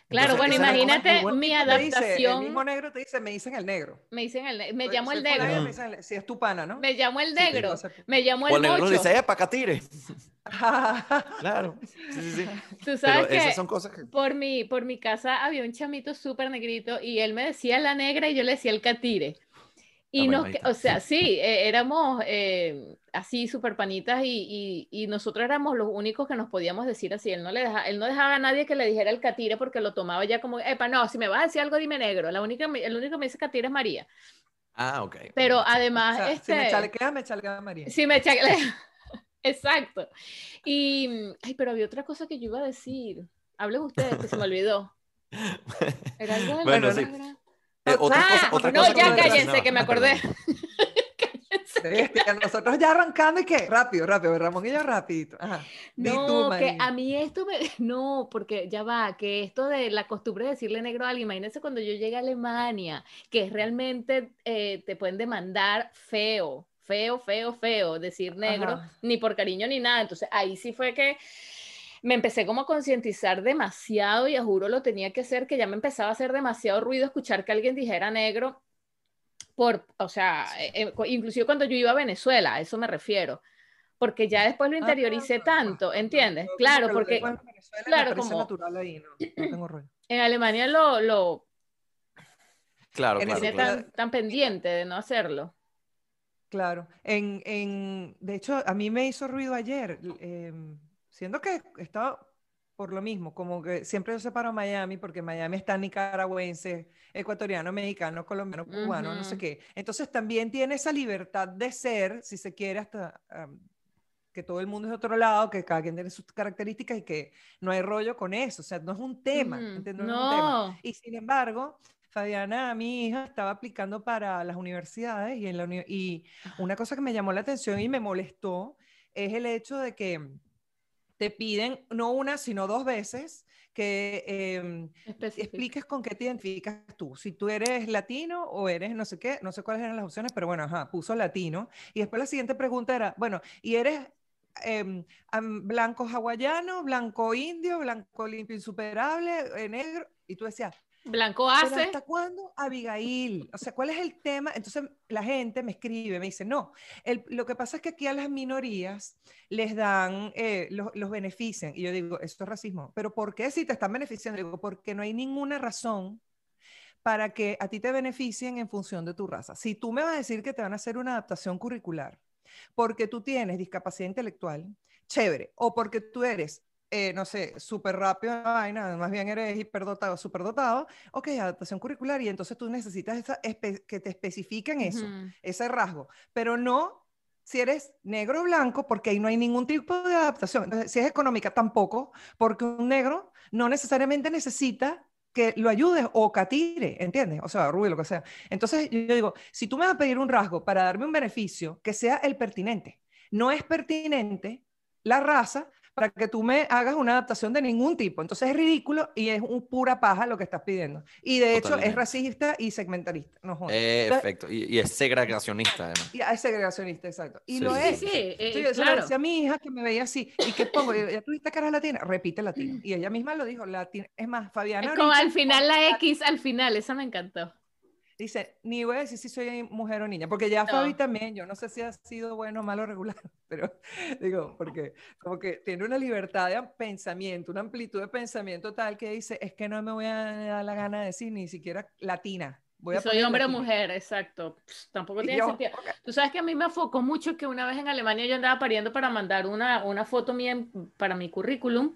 Claro, Entonces, bueno, esa era como- imagínate Muy mi bonito, te dice, el adaptación. mismo negro te dice, me dicen el negro. Me dicen me llamo Soy el fulano, negro. me dicen si es tu pana, ¿no? Me llamo el Sí, te digo, negro. acepto. Me llamo O el el negro mocho. dice, ¡epa, catire! Claro. Sí. Tú Pero sabes esas que son cosas que... por mi casa había un chamito súper negrito y él me decía la negra y yo le decía el catire. Ah, Y bueno, nos, ahí está. o sea, sí, éramos así súper panitas y nosotros éramos los únicos que nos podíamos decir así. Él no dejaba a nadie que le dijera el catire porque lo tomaba ya como, epa, no, si me vas a decir algo, dime negro. El único que me dice catire es María. Ah, ok. Pero O además, sea, si me chalequea María. sí me exacto. Y, ay, pero había otra cosa que yo iba a decir. Hablen ustedes, que se me olvidó. Era algo de la Bueno, Bueno, sí. negra. Otra No, cosa que ya me cállense, impresionaba. que me Ah, acordé. perdón. Bestia, nosotros ya arrancando y que rápido, Ramón y yo rapidito. Ajá. Di tú, No, que María. a mí esto me... No, porque ya va, que esto de la costumbre de decirle negro a alguien, imagínense cuando yo llegué a Alemania, que realmente te pueden demandar feo, decir negro, Ajá. ni por cariño ni nada. Entonces ahí sí fue que me empecé como a concientizar demasiado y a juro lo tenía que hacer, que ya me empezaba a hacer demasiado ruido escuchar que alguien dijera negro o sea, inclusive cuando yo iba a Venezuela, a eso me refiero, porque ya después lo Ah, interioricé tanto, no, ¿entiendes? yo como Claro, que lo tengo porque, en Venezuela y me claro, parece como natural ahí, no tengo rollo. en Alemania lo Claro, En claro, tiene ese, claro. tan pendiente de no hacerlo. claro. De hecho, a mí me hizo ruido ayer, siendo que estaba por lo mismo, como que siempre yo separo a Miami, porque Miami está nicaragüense, ecuatoriano, mexicano, colombiano, cubano, no sé Ujú. qué. Entonces también tiene esa libertad de ser, si se quiere, hasta que todo el mundo es de otro lado, que cada quien tiene sus características y que no hay rollo con eso. O sea, no es un tema, Ujú. ¿entiendes? No es un tema. No. Y sin embargo, Fabiana, mi hija, estaba aplicando para las universidades y una cosa que me llamó la atención y me molestó es el hecho de que te piden no una, sino dos veces que Específico. expliques con qué te identificas tú. Si tú eres latino o eres no sé qué, no sé cuáles eran las opciones, pero bueno, ajá, puso latino. Y después la siguiente pregunta era, bueno, ¿y eres blanco hawaiano, blanco indio, blanco limpio insuperable, negro? Y tú decías, Blanco pero hace. ¿hasta cuándo, Abigail? O sea, ¿cuál es el tema? Entonces la gente me escribe, me dice, no, lo que pasa es que aquí a las minorías les dan, los benefician. Y yo digo, esto es racismo. ¿Pero por qué si te están beneficiando? Digo, porque no hay ninguna razón para que a ti te beneficien en función de tu raza. Si tú me vas a decir que te van a hacer una adaptación curricular porque tú tienes discapacidad intelectual, chévere, o porque tú eres no sé, súper rápido en la vaina, más bien eres hiperdotado, superdotado, ok, adaptación curricular, y entonces tú necesitas que te especifiquen eso, Ujú. ese rasgo, pero no si eres negro o blanco, porque ahí no hay ningún tipo de adaptación. Entonces, si es económica, tampoco, porque un negro no necesariamente necesita que lo ayudes o catire, ¿entiendes? O sea, rubio, lo que sea. Entonces, yo digo, si tú me vas a pedir un rasgo para darme un beneficio, que sea el pertinente. No es pertinente la raza para que tú me hagas una adaptación de ningún tipo. Entonces es ridículo y es pura paja lo que estás pidiendo. Y de hecho es Totalmente. racista y segmentarista. No jodas. Entonces, Perfecto. Y es segregacionista, además. y es segregacionista, exacto. Y Sí, lo sí, Sí, sí, sí, es. sí, sí. Entonces yo se lo claro. decía a mi hija que me veía así. ¿Y qué pongo? ¿Ya tuviste cara latina? Repite latino. Y ella misma lo dijo, latino. Es más, Fabiana Como al ahorita final la X, al final, esa me encantó. dice, ni voy a decir si soy mujer o niña, porque ya Fabi No. también, yo no sé si ha sido bueno, malo, regular, pero digo, porque como que tiene una libertad de pensamiento, una amplitud de pensamiento tal que dice, es que no me voy a dar la gana de decir ni siquiera latina, voy Si a soy poner hombre o latina. mujer, exacto. Tampoco Y tiene yo, sentido. ok. Tú sabes que a mí me afocó mucho que una vez en Alemania yo andaba pariendo para mandar una foto mía para mi currículum,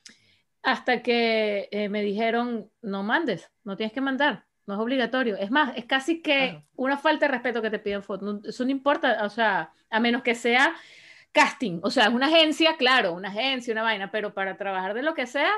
hasta que me dijeron, no mandes, no tienes que mandar, no es obligatorio. Es más, es casi que Ajá. una falta de respeto que te piden foto. Eso no importa, o sea, a menos que sea casting, o sea, es una agencia, claro, una agencia, una vaina, pero para trabajar de lo que sea,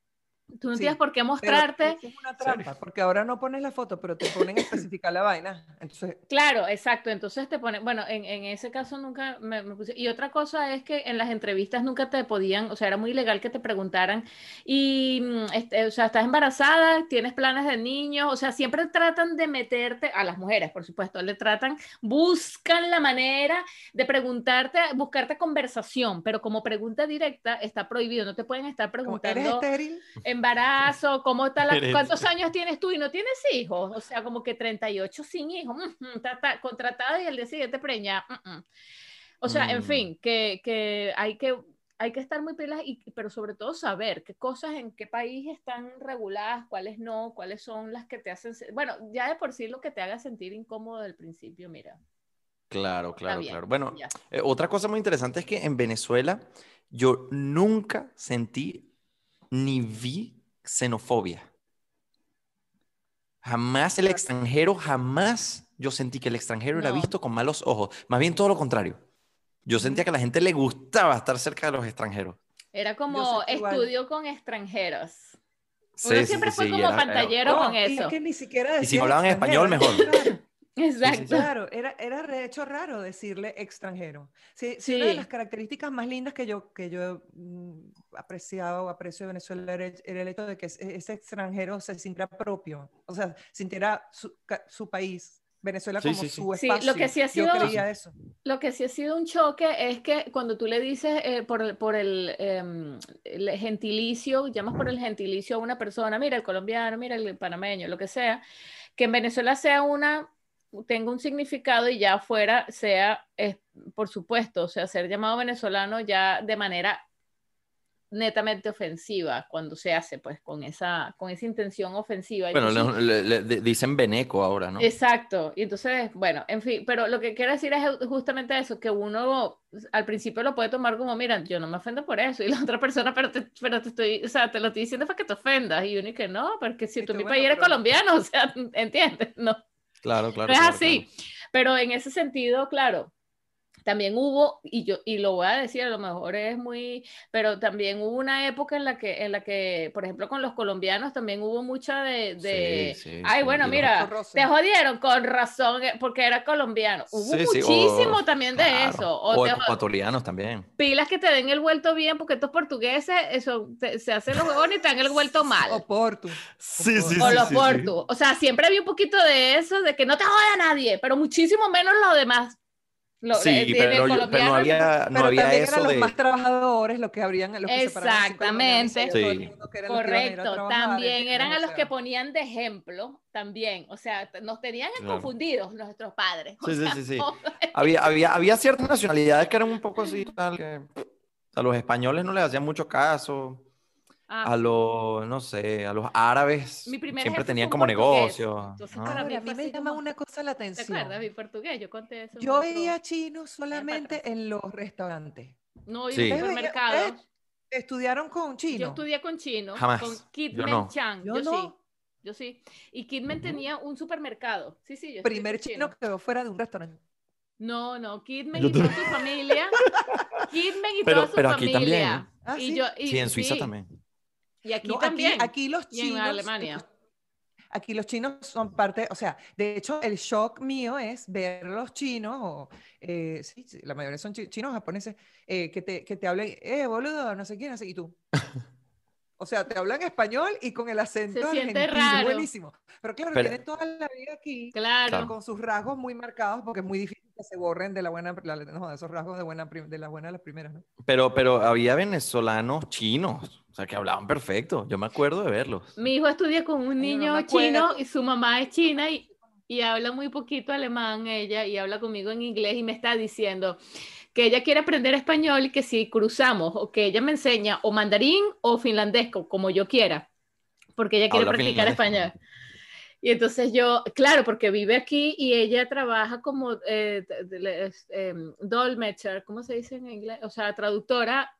tú no tienes Sí, por qué pero mostrarte. esa es una ¿Serio? trampa, porque ahora no pones la foto, pero te ponen a especificar la vaina. Entonces, Claro, exacto. Entonces te ponen, bueno, en ese caso nunca me puse. Y otra cosa es que en las entrevistas nunca te podían, o sea, era muy ilegal que te preguntaran, y, o sea, estás embarazada, tienes planes de niños, o sea, siempre tratan de meterte, a las mujeres, por supuesto, le tratan, buscan la manera de preguntarte, buscarte conversación, pero como pregunta directa está prohibido, no te pueden estar como, ¿eres preguntando estéril? embarazo, ¿cómo está Herencia. cuántos años tienes tú y no tienes hijos? O sea, como que 38 sin hijos, contratada y el día siguiente preñada. O sea, en fin, que hay que estar muy pilas, pero sobre todo saber qué cosas en qué país están reguladas, cuáles no, cuáles son las que te hacen... Bueno, ya de por sí lo que te haga sentir incómodo del principio, mira. Claro, Está claro, bien, claro. Bueno, ya. otra cosa muy interesante es que en Venezuela yo nunca sentí ni vi xenofobia. Jamás el extranjero, jamás yo sentí que el extranjero era No. visto con malos ojos. Más bien todo lo contrario. Yo sentía que a la gente le gustaba estar cerca de los extranjeros. Era Yo como sentí igual. estudio con extranjeros. Sí, Uno sí, siempre sí, fue sí, como pantallero con No, y es eso. que ni siquiera Y si decías hablaban extranjero, español, era mejor. raro. Exacto. Claro, era de hecho raro decirle extranjero. Sí, una de las Sí. características más lindas que yo apreciaba o aprecio de Venezuela era el hecho de que ese extranjero se sintiera propio, o sea, sintiera su país, Venezuela Sí, como sí, sí. su Sí, lo que espacio. sí ha Yo sido, creía eso. lo que sí ha sido un choque es que cuando tú le dices por el gentilicio, llamas por el gentilicio a una persona, mira el colombiano, mira el panameño, lo que sea, que en Venezuela tenga un significado y ya afuera sea, por supuesto, o sea, ser llamado venezolano ya de manera netamente ofensiva cuando se hace, pues, con esa intención ofensiva. Bueno, Entonces, dicen veneco ahora, ¿no? exacto, y entonces, bueno, en fin, pero lo que quiero decir es justamente eso, que uno al principio lo puede tomar como, mira, yo no me ofendo por eso, y la otra persona, pero te estoy, o sea, te lo estoy diciendo para que te ofendas, y uno y que no, porque si tú en mi Bueno, país eres pero colombiano, o sea, ¿entiendes? No, Claro, no claro, es claro, así, pero en ese sentido, claro. También hubo, y lo voy a decir, a lo mejor es muy, pero también hubo una época en la que, por ejemplo, con los colombianos también hubo mucha Sí, sí, ay, sí. bueno, Y mucho mira, roce. te jodieron con razón, porque era colombiano. Hubo sí, sí, muchísimo también de claro. eso. O ecuatorianos también. Pilas que te den el vuelto bien, porque estos portugueses, se hacen los huevones y te dan el vuelto mal. Oporto. Sí, sí, O sí, los sí, sí. portu. O sea, siempre había un poquito de eso, de que no te joda nadie, pero muchísimo menos lo demás. Sí, El pero no colombiano, había, no Pero había también eran eso los de... más trabajadores, los que habrían, los que separaban así colombianos y sabía exactamente, todo el Sí, mundo que eran los que iban a ir a correcto. trabajar, También ¿entiendes? eran O a los que sea, ponían de ejemplo, también. O sea, nos tenían claro. confundidos nuestros padres. O Sí, sí, sea, sí, sí. Había ciertas nacionalidades que eran un poco así, tal, que a los españoles no les hacían mucho caso. A sí. los, no sé, a los árabes Mi primer siempre jefe fue tenían un como portugués. negocios, Entonces, para ¿no? mí ahora, a fue mí me así llama como, una cosa la ¿te acuerdas? Mi atención. portugués, yo conté eso en Yo otro, veía chinos para atrás. solamente en los restaurantes. No, y los Sí, ¿Ustedes supermercados. estudiaron con Yo chino? estudié con chino, con jamás. Yo Kidman no. Chang, Yo yo sí, no. yo sí. Y Kidman tenía un supermercado. Sí, sí, yo estudié con Primer chino chino. que veo fuera de un restaurante. No, Kidman Yo y toda también. su familia, Kidman y toda su Pero aquí también. familia. Ah, Y yo, sí. Sí, en Suiza sí, también. y aquí No, también, aquí los y en chinos, Alemania. aquí los chinos son parte, o sea, de hecho el shock mío es ver a los chinos, sí, sí, la mayoría son chinos japoneses, que te hablen, boludo, no sé quién, no sé, y tú. O sea, te hablan español y con el Se acento siente argentino, es raro, buenísimo. Pero claro, Pero, tienen toda la vida aquí, claro. claro. con sus rasgos muy marcados, porque es muy difícil que se borren de la buena, no, de esos rasgos de de la buena de las primeras, ¿no? Pero había venezolanos chinos, o sea, que hablaban perfecto. Yo me acuerdo de verlos. Mi hijo estudia con un Ay, yo no me niño chino acuerdo. y su mamá es china y habla muy poquito alemán ella y habla conmigo en inglés y me está diciendo que ella quiere aprender español y que si cruzamos o que ella me enseña o mandarín o finlandés, como yo quiera, porque ella quiere Habla practicar finlandés. español. Y entonces yo, claro, porque vive aquí y ella trabaja como dolmetscher, ¿cómo se dice en inglés? O sea, traductora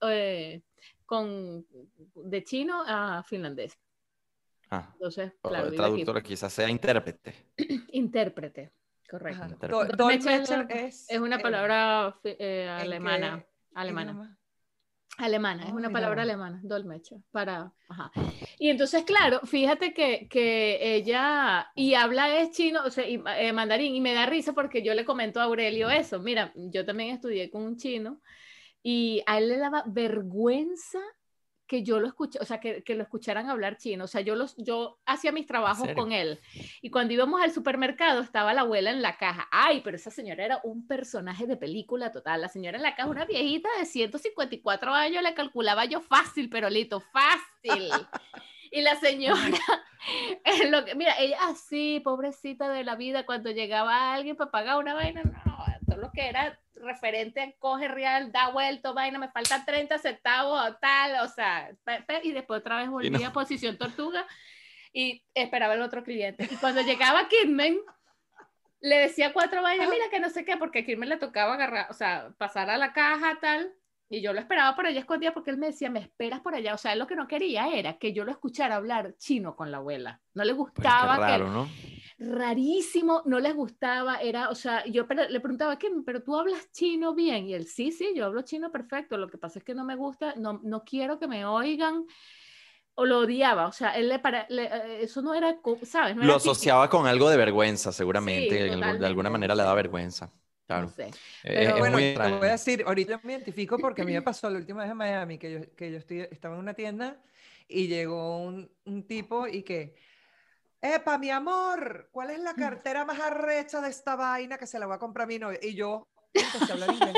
de chino a finlandés. Ah, Entonces, o claro, vive aquí. traductora, quizás sea intérprete. Intérprete, correcto. Ajá. Intérprete. Dolmetscher Es una palabra ¿en alemana. qué idioma? Alemana, es Oh, una mira palabra vos. alemana, Dolmetscher, ajá. Y entonces, claro, fíjate que ella, y habla es chino, o sea, mandarín, y me da risa porque yo le comento a Aurelio eso, mira, yo también estudié con un chino, y a él le daba vergüenza que yo lo escuché, o sea, que lo escucharan hablar chino. O sea, yo hacía mis ¿En trabajos serio? con él. Y cuando íbamos al supermercado, estaba la abuela en la caja. Ay, pero esa señora era un personaje de película total. La señora en la caja, una viejita de 154 años, le calculaba yo fácil, Perolito, fácil. Y la señora, mira, ella así, pobrecita de la vida, cuando llegaba alguien para pagar una vaina, no, todo lo que era referente a coge real, da vuelto, vaina, me faltan 30 centavos o tal, o sea, y después otra vez volvía a posición tortuga y esperaba el otro cliente. Y cuando llegaba Kidman, le decía 4 vainas, mira que no sé qué, porque a Kidman le tocaba agarrar, o sea, pasar a la caja, tal. Y yo lo esperaba por allá escondida porque él me decía, me esperas por allá. O sea, él lo que no quería era que yo lo escuchara hablar chino con la abuela. No le Pero gustaba qué raro, ¿no? rarísimo, no les gustaba, era, o sea, yo le preguntaba, ¿qué? ¿Pero tú hablas chino bien? Y él, sí, yo hablo chino perfecto, lo que pasa es que no me gusta, no quiero que me oigan, o lo odiaba, o sea, eso no era, ¿sabes? No Lo era típico. asociaba con algo de vergüenza, Sí, seguramente. De alguna totalmente, no manera le da sé, vergüenza. no Claro. sé. Es, Pero es Bueno, muy te voy a extraño. decir, ahorita yo me identifico porque a mí me pasó la última vez en Miami que yo estaba en una tienda y llegó un tipo y que, epa, mi amor, ¿cuál es la cartera más arrecha de esta vaina que se la voy a comprar a mi novio? Y yo empecé a hablar inglés.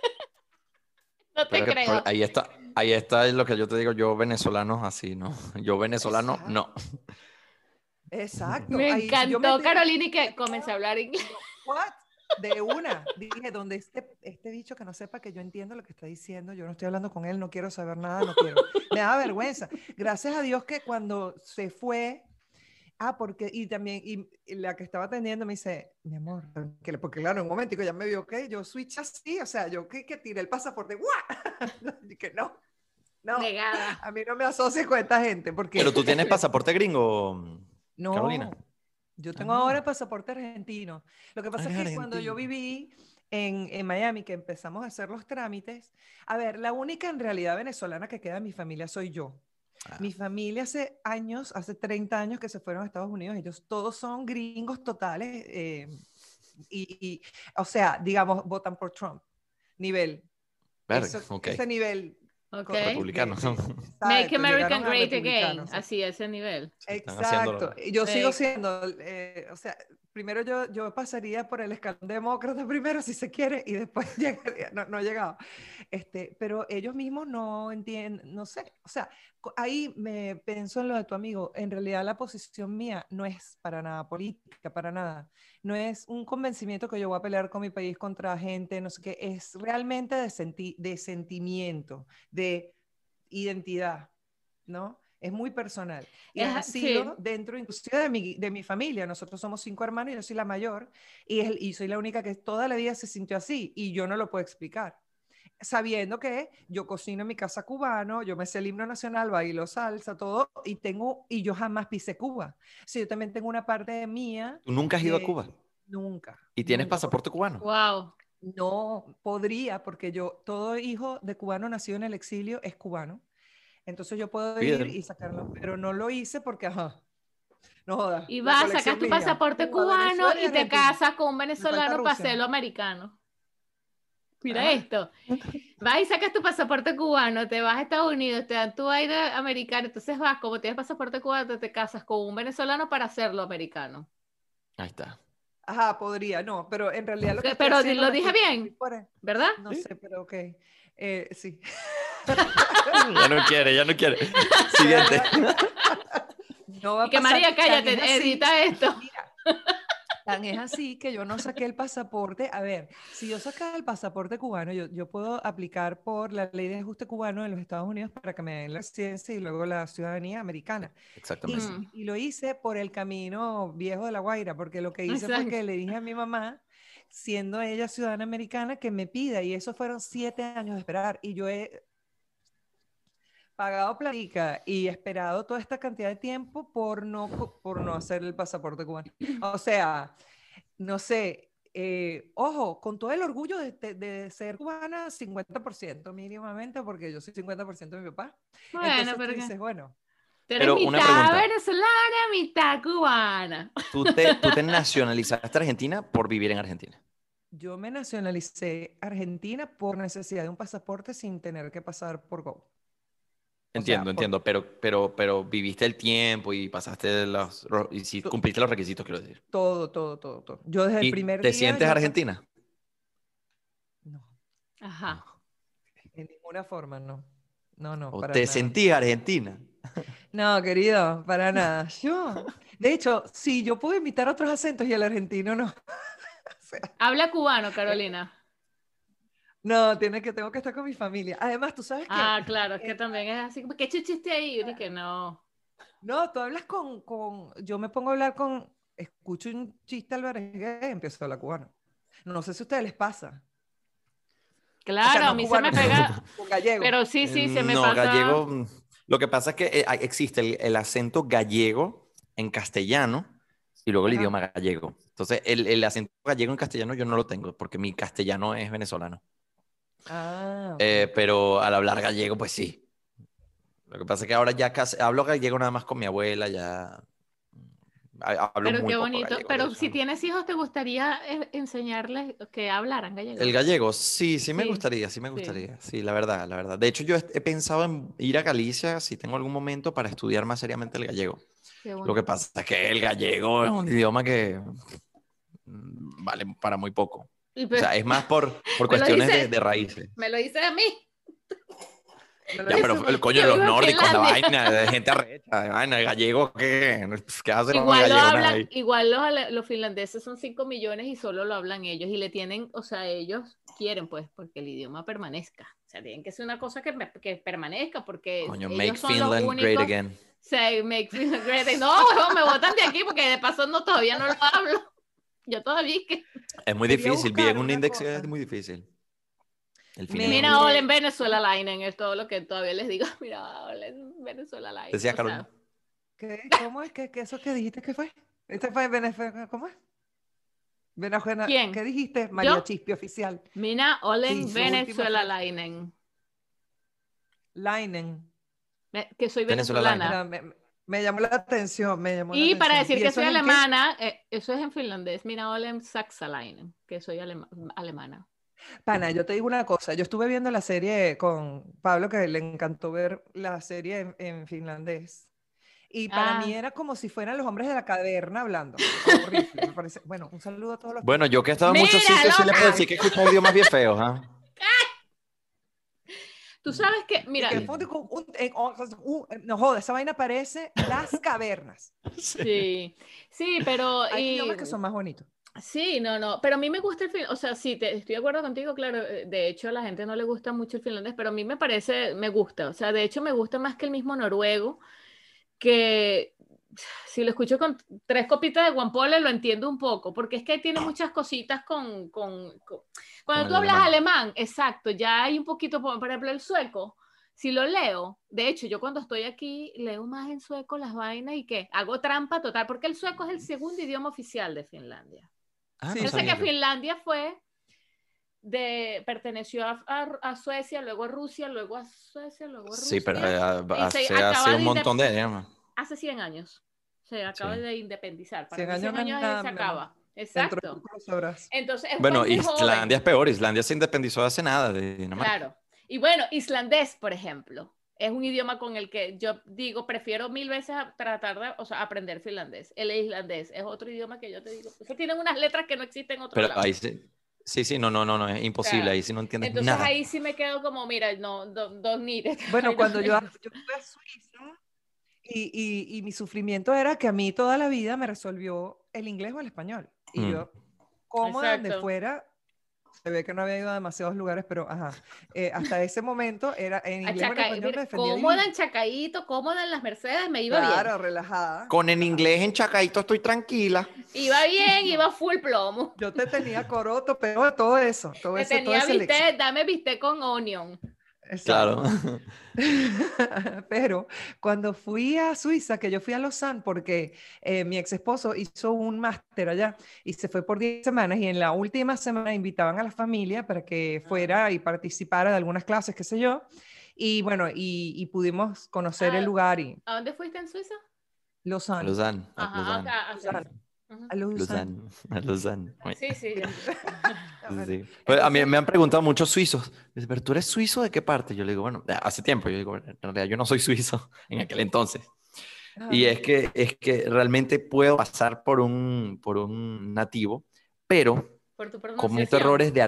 no te Pero es que creo. ahí está lo que yo te digo, yo venezolano así, ¿no? Yo venezolano, Exacto, no. exacto. Me Ahí yo me encantó Carolina y que me comencé a hablar inglés. no, what? De una, dije, donde este bicho que no sepa que yo entiendo lo que está diciendo, yo no estoy hablando con él, no quiero saber nada, no quiero. Me da vergüenza. Gracias a Dios que cuando se fue, porque, y también, y la que estaba atendiendo me dice, mi amor, tranquila, porque claro, en un momentico ya me vio que yo switch así, o sea, yo que tiré el pasaporte, ¡guau! Y que no, Negada. a mí no me asocies con esta gente, porque Pero tú tienes pasaporte gringo, Carolina. no, yo Ah, tengo ahora no. el pasaporte argentino. Lo que Ah, pasa es eres que cuando yo argentino. viví en Miami, que empezamos a hacer los trámites, a ver, la única en realidad venezolana que queda en mi familia soy yo. Ah, Mi familia hace años, hace 30 años que se fueron a Estados Unidos, ellos todos son gringos totales, o sea, digamos, votan por Trump, nivel, verga, ok. ese nivel Ok. Republicano. Make exacto, American llegaron a Great Again, republicanos. así, ese nivel. Sí, están Exacto. haciéndolo. Y yo sigo Eh, siendo, o sea, primero yo pasaría por el escalón demócrata primero, si se quiere, y después llegaría, no he llegado. Pero ellos mismos no entienden, no sé, o sea, ahí me pienso en lo de tu amigo, en realidad la posición mía no es para nada política, para nada. No es un convencimiento que yo voy a pelear con mi país contra gente, no sé qué, es realmente de sentimiento, de identidad, ¿no? Es muy personal. Y ha sí. sido dentro inclusive de mi familia. Nosotros somos 5 hermanos y yo soy la mayor y soy la única que toda la vida se sintió así y yo no lo puedo explicar. Sabiendo que yo cocino en mi casa cubano, yo me sé el himno nacional, bailo salsa, todo, y yo jamás pisé Cuba. Sí, yo también tengo una parte mía ¿Tú nunca has ido a que Cuba? nunca, ¿Y tienes nunca, pasaporte cubano? Wow. no podría, porque todo hijo de cubano nacido en el exilio es cubano. Entonces yo puedo ir Pídelo. y sacarlo, pero no lo hice porque, ajá, no jodas, Y la vas, sacas colección tu mía, pasaporte Cuba, cubano Venezuela y y te Argentina. casas con un Me falta venezolano para Rusia. hacerlo americano. Mira Ajá, esto. Vas y sacas tu pasaporte cubano, te vas a Estados Unidos, te dan tu aire americano, entonces vas, como tienes pasaporte cubano, te casas con un venezolano para hacerlo americano. Ahí está. ajá, podría, no, pero en realidad lo que estoy Pero haciendo, lo dije me fui bien, por, ¿verdad? no Sí. sé, pero ok, sí. Ya no quiere, ya no quiere. Siguiente. No va Y a que pasar, María, tan es cállate, así, edita esto. mira, tan es así que yo no saqué el pasaporte. A ver, si yo sacara el pasaporte cubano, yo puedo aplicar por la ley de ajuste cubano en los Estados Unidos para que me den la residencia y luego la ciudadanía americana. Y, Exactamente. Mm, y lo hice por el camino viejo de La Guaira, porque lo que hice fue exacto. que le dije a mi mamá, siendo ella ciudadana americana, que me pida, y eso fueron 7 años de esperar. Y yo he pagado platica y esperado toda esta cantidad de tiempo por no hacer el pasaporte cubano. O sea, no sé, ojo, con todo el orgullo de ser cubana, 50% mínimamente, porque yo soy 50% de mi papá. Bueno, Entonces tú pero dices, bueno, tú eres Pero una mitad pregunta. venezolana, mitad cubana. ¿Tú te nacionalizaste argentina por vivir en Argentina? yo me nacionalicé Argentina por necesidad de un pasaporte sin tener que pasar por Go. O Entiendo, sea, entiendo, pero viviste el tiempo y pasaste y sí, to- cumpliste los requisitos, quiero decir. todo, todo, todo, todo. Yo desde el ¿Y primer te día, sientes argentina? no, Ajá. en ninguna forma, no. No, no, ¿O para te nada. sentís argentina? No, querido, para nada. De hecho, sí, yo puedo imitar otros acentos y el argentino no. O sea, Habla cubano, Carolina. no, tengo que estar con mi familia. Además, tú sabes que, Ah, claro, es que también es así. ¿Qué chiste ahí? Yo dije, no. no, tú hablas yo me pongo a hablar escucho un chiste albergués y empiezo a hablar cubano. No sé si a ustedes les pasa. O sea, Claro, a no mí se cubano, me pega, con gallego. pero sí, se me No, pasa. gallego. Lo que pasa es que existe el acento gallego en castellano y luego el Ajá. idioma gallego. Entonces, el acento gallego en castellano yo no lo tengo porque mi castellano es venezolano. Ah, ok. Pero al hablar gallego, pues sí. Lo que pasa es que ahora ya casi hablo gallego nada más con mi abuela, ya hablo Pero muy qué poco bonito. gallego, de Pero hecho. si tienes hijos, ¿te gustaría enseñarles que hablaran El gallego? gallego, sí, sí me Sí, gustaría, sí me sí. gustaría. Sí, la verdad, la verdad. De hecho, yo he pensado en ir a Galicia, si tengo algún momento, para estudiar más seriamente el gallego. Qué Lo que bonito. pasa es que el gallego es un idioma que vale para muy poco. Y O sea, es más por me lo cuestiones dice, de raíces. me lo dice a mí. Me lo Ya, dice pero el mamá. coño, Yo los vivo en nórdicos, la Finlandia. vaina, de gente arrecha, de vaina, el gallego, ¿qué hace con el Igual lo gallego? Nada hablan, ahí. igual los finlandeses son 5 millones y solo lo hablan ellos y le tienen, o sea, ellos quieren pues porque el idioma permanezca. O sea, tienen que ser una cosa que permanezca porque Coño, make ellos son los Finland great únicos. again. Say, make Finland great. No, huevón, me botan de aquí porque de paso no, todavía no lo hablo. Yo todavía que... Es muy Quería difícil, vi buscar en un una index es cosa. muy difícil. El finés. Mira, hola en Miré. Venezuela Lainen, es todo lo que todavía les digo. Mira, hola en Venezuela Lainen. Decía O Carolina. sea, ¿Cómo es que eso que dijiste que fue? Este fue Venezuela. ¿Cómo es? Venezuela. ¿Qué ¿quién? dijiste? María ¿Yo? Chispi oficial. Mina, hola Sí, en su última Venezuela frase. Lainen. Leinen. Que soy Venezuela Line. venezolana. Mira, me llamó la atención, me llamó la Y para atención. decir ¿Y que eso soy es en qué? alemana, eso es en finlandés. Mina, hola en Saksalainen, que soy alemana. Pana, yo te digo una cosa. Yo estuve viendo la serie con Pablo, que le encantó ver la serie en finlandés. Y para mí Ah, era como si fueran los hombres de la caverna hablando. Horrible, me parece. Bueno, un saludo a todos los que... Bueno, yo que he estado en muchos mira, sitios, sí le puedo loca. decir que he escuchado idiomas bien feos, ¿ah? Tú sabes que, Y mira, que no joda, esa vaina parece las cavernas. sí, sí, pero Hay idiomas que son más bonitos. sí, no, pero a mí me gusta el finlandés, o sea, sí, estoy de acuerdo contigo, claro, de hecho a la gente no le gusta mucho el finlandés, pero a mí me parece, me gusta, o sea, de hecho me gusta más que el mismo noruego, que si lo escucho con 3 copitas de guampole lo entiendo un poco, porque es que tiene muchas cositas Con Cuando tú el hablas alemán. alemán, exacto, ya hay un poquito, por ejemplo, el sueco, si lo leo, de hecho, yo cuando estoy aquí leo más en sueco las vainas y que hago trampa total, porque el sueco es el segundo idioma oficial de Finlandia. Ah, no Sí, Yo sé sí. que sabía yo. Finlandia perteneció a Suecia, luego a Rusia, luego a Suecia, luego a Sí, pero Rusia, y se hace acaba un montón de años. hace 100 años. Se acaba Sí. de independizar. Para 100 mí años 100 no es años nada, se mi amor. acaba. Dentro de Exacto. poco lo sabrás. Entonces es Bueno, muy Islandia joven. es peor. Islandia se independizó hace nada de Dinamarca. Claro. Y bueno, islandés, por ejemplo, es un idioma con el que yo digo, prefiero 1000 veces tratar de, o sea, aprender finlandés. El islandés es otro idioma que yo te digo, que tienen unas letras que no existen en otro Pero lado. ahí sí. Sí, sí, no, es O imposible. sea, Ahí sí no entiendes entonces nada. ahí sí me quedo como, mira, no, don't need it. Bueno, I don't cuando yo need it. fui a Suiza y mi sufrimiento era que a mí toda la vida me resolvió el inglés o el español. Y Mm. yo, cómoda donde Exacto. fuera, se ve que no había ido a demasiados lugares, pero ajá, hasta ese momento era en inglés o en español me Mira, defendía cómoda divino. en Chacaíto, cómoda en las Mercedes, me iba bien. Claro, relajada. Con el relajada. inglés en Chacaito estoy tranquila. Iba bien, No, iba full plomo. yo te tenía coroto, pero todo eso, Te todo tenía ese léxico. bistec, dame bistec con onion. Claro. Exacto. Pero cuando fui a Suiza, que yo fui a Lausanne porque mi ex esposo hizo un máster allá y se fue por 10 semanas y en la última semana invitaban a la familia para que fuera y participara de algunas clases, qué sé yo. Y bueno, y pudimos conocer el lugar y ¿A dónde fuiste en Suiza? A Lausanne. Lausanne. A Ajá, Lausanne. acá. Lausanne. Ujú. A Lausanne. Lausanne. A Lausanne. Sí, sí. Mira. Sí, Bueno, sí. Pues a mí entonces, me han preguntado muchos suizos. Dice, pero tú eres suizo de qué parte? Yo le digo, bueno, hace tiempo. Yo digo, en realidad yo no soy suizo en aquel entonces. Y ajá, es que realmente puedo pasar por un nativo, pero Por tu cometo pronunciación. errores de articulación.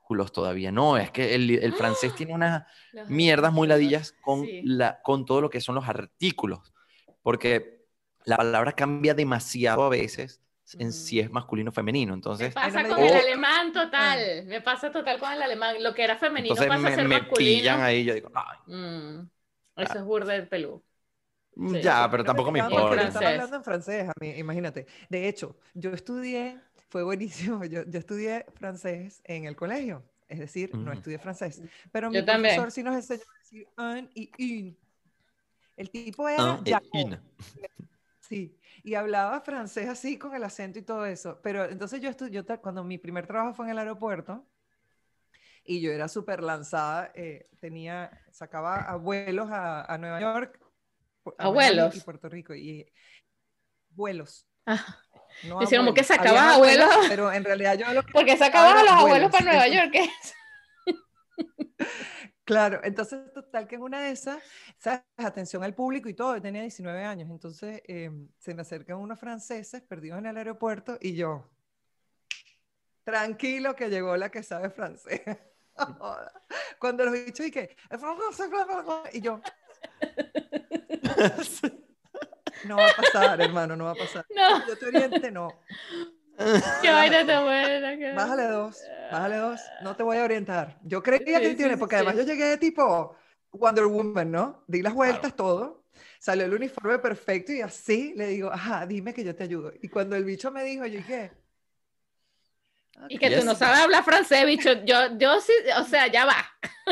artículos todavía. No, es que el francés tiene unas Los mierdas muy artículos, ladillas sí. con todo lo que son los artículos, porque la palabra cambia demasiado a veces en si es masculino o femenino. Me Entonces, Ay, no pasa me con digas el eso. alemán total. Me pasa total con el alemán. Lo que era femenino entonces pasa a ser me pillan masculino. ahí, yo digo, ay, Eso es burda del pelú. Sí. ya, pero Creo que tampoco me picaban Y en porque yo importa. estaba francés. hablando en francés, a mí, imagínate. De hecho, yo estudié, fue buenísimo, yo estudié francés en el colegio, es decir, no estudié francés, pero mi Yo también. profesor sí nos enseñó a decir un y une. El tipo era Un et Jacob, une. sí, y hablaba francés así con el acento y todo eso, pero entonces cuando mi primer trabajo fue en el aeropuerto, y yo era súper lanzada, sacaba abuelos a Nueva York, a Miami y Abuelos. Puerto Rico, y vuelos, Ah, no decían como que abuelos. Habían sacabas abuelos. pero en realidad yo lo que Porque sacaba sacabas a era los abuelos vuelos. para Nueva Entonces, York. ¿Qué es? claro, entonces total que en una de esas, ¿sabes? Atención al público y todo, yo tenía 19 años, entonces se me acercan unos franceses perdidos en el aeropuerto y yo, tranquilo que llegó la que sabe francés. Cuando los bichos y que, y yo, no va a pasar, hermano, no va a pasar. No. Yo te oriente, no. Qué vaina Relájate. tan buena. Bájale dos, no te voy a orientar. Yo creía que Sí, entiende, sí, porque sí. además yo llegué tipo Wonder Woman, ¿no? Di las vueltas, todo, salió el uniforme perfecto y así le digo, ajá, dime que yo te ayudo. Y cuando el bicho me dijo, yo dije, Y ok, que tú no Yes. sabes hablar francés, bicho. Yo sí, o sea, ya va.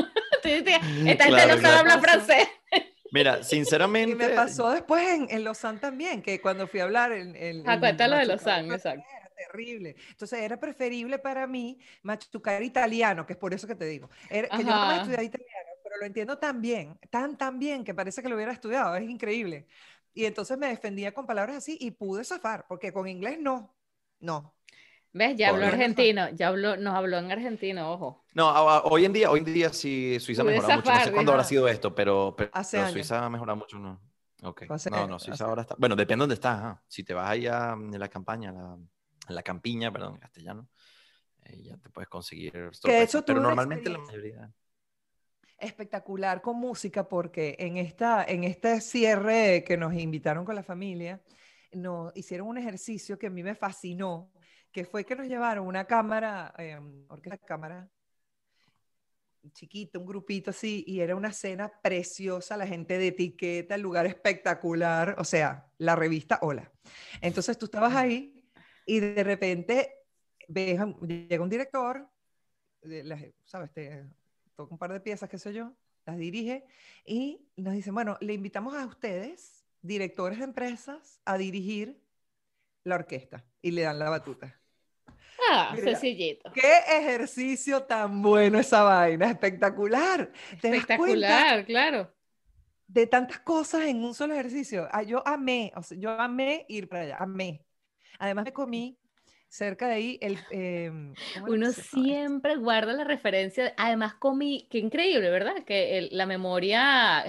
Esta gente Claro, no sabe hablar pasó. francés. Mira, Y me sinceramente, pasó después en Lausanne también, que cuando fui a hablar Cuéntalo de machucar los el años, francés exacto. era terrible. Entonces era preferible para mí machucar italiano, que es por eso que te digo. Que yo jamás Ajá. estudié italiano, pero lo entiendo tan bien, tan bien, que parece que lo hubiera estudiado, es increíble. Y entonces me defendía con palabras así y pude zafar, porque con inglés no. ¿Ves? Ya habló por eso. Pudiendo zafar. argentino, nos habló en argentino, ojo. No, hoy en día sí Suiza ha Pude mejorado mucho. No sé zafar, cuándo habrá dijo. Ah, sido esto, pero hace años, Suiza ha mejorado mucho, ¿no? Ok. hace, No, Suiza hace ahora está. Bueno, depende de dónde estás. Ajá. Si te vas allá en la campaña, en la campiña, perdón, en castellano, ya te puedes conseguir Que de sorpresas. hecho Pero tuve una normalmente la experiencia mayoría. espectacular con música porque en este cierre que nos invitaron con la familia, nos hicieron un ejercicio que a mí me fascinó, que fue que nos llevaron una cámara, orquesta de cámara chiquita, un grupito así, y era una cena preciosa, la gente de etiqueta, el lugar espectacular, o sea, la revista Hola. Entonces tú estabas ahí y de repente llega un director, ¿sabes? Toca un par de piezas, qué sé yo, las dirige y nos dicen, bueno, le invitamos a ustedes, directores de empresas, a dirigir la orquesta y le dan la batuta. Ah, Mira, sencillito. qué ejercicio tan bueno esa vaina, espectacular. Te das cuenta Espectacular, claro. de tantas cosas en un solo ejercicio. Yo amé, o sea, yo amé ir para allá, amé. Además me comí cerca de ahí ¿cómo era que Uno se llamaba esto? siempre guarda la referencia. Además, comí, qué increíble, ¿verdad? Que la memoria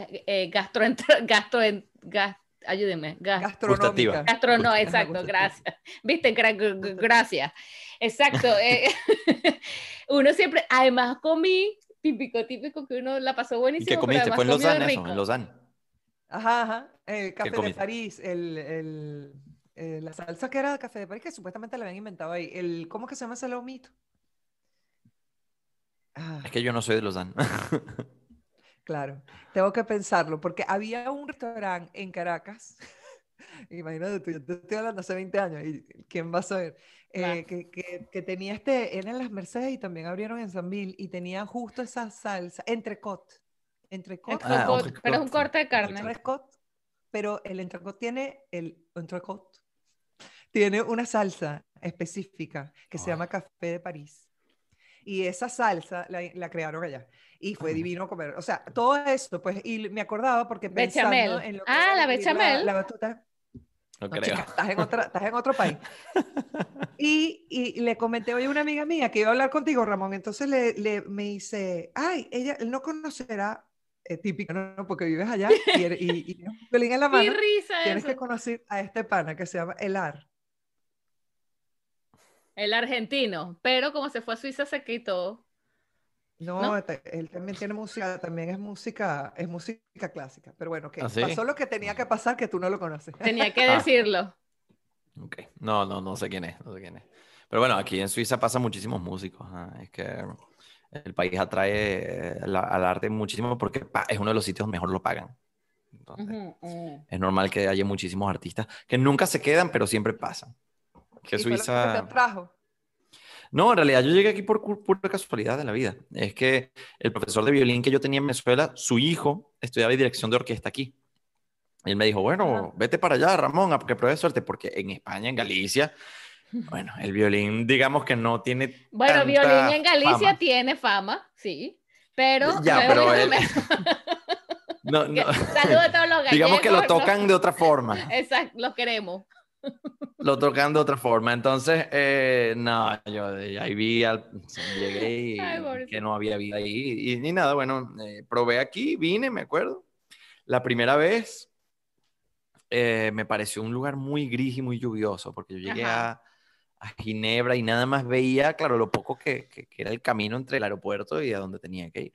ayúdenme, Gustativa. Gastronómica. no, Ajá, exacto, gustativa. gracias. Viste, Gustativa. gracias. Exacto. Uno siempre, además comí, típico que uno la pasó ¿Y qué buenísimo, pero comiste? además Fue en comió Lausanne eso, en rico. Lausanne. Ajá, ajá. El ¿Qué café de comiste? París, la salsa que era de café de París, que supuestamente la habían inventado ahí. ¿Cómo es que se llama ese lomito? Es Ah, que yo no soy de Lausanne. claro. Tengo que pensarlo, porque había un restaurante en Caracas, imagínate tú, yo te estoy hablando hace 20 años, ¿y quién va a saber? Claro. Que tenía era en Las Mercedes y también abrieron en San Bill, y tenía justo esa salsa, entrecot, Ah, Pero es un entrecote. corte de carne. Entrecote. entrecot, pero el entrecot tiene una salsa específica que se Oh. llama Café de París. Y esa salsa la crearon allá. Y fue Mira. divino comer. O sea, todo eso, pues, y me acordaba porque pensando Bechamel. en lo que Ah, era la dirigir bechamel. la batuta. No No, creo. chica, estás en otro país. Y le comenté hoy a una amiga mía que iba a hablar contigo, Ramón. Entonces me dice, ay, él no conocerá, típico, ¿no? Porque vives allá y tienes un violín en la Qué mano. risa Tienes eso. que conocer a este pana que se llama Elar. El argentino. Pero como se fue a Suiza, se quitó. No, ¿no? él también tiene música, también es música clásica. Pero bueno, ok. ¿Ah, sí? Pasó lo que tenía que pasar, que tú no lo conoces. Tenía que Ah, decirlo. ok. No sé quién es, no sé quién es. Pero bueno, aquí en Suiza pasa muchísimos músicos. Es que el país atrae al arte muchísimo porque es uno de los sitios donde mejor lo pagan. Entonces, es normal que haya muchísimos artistas que nunca se quedan, pero siempre pasan. Que Y fue lo que te Suiza... atrajo. No, en realidad yo llegué aquí por pura casualidad de la vida. Es que el profesor de violín que yo tenía en Venezuela, su hijo estudiaba dirección de orquesta aquí. Y él me dijo, bueno, Ajá. vete para allá, Ramón, a que pruebes suerte, porque en España, en Galicia, bueno, el violín, digamos que no tiene Bueno, violín en tanta Galicia fama. tiene fama, sí, pero no Ya, es pero el él, primero. no, no, Saludos a todos los digamos que lo gallegos. tocan de otra forma. Exacto, los queremos. Lo tocan de otra forma. Entonces, no, yo ahí llegué Ay, y que pobrecito. no había vida ahí. Y nada, bueno, probé aquí, vine, me acuerdo. La primera vez me pareció un lugar muy gris y muy lluvioso, porque yo llegué Ajá. a Ginebra y nada más veía, claro, lo poco que era el camino entre el aeropuerto y a donde tenía que ir.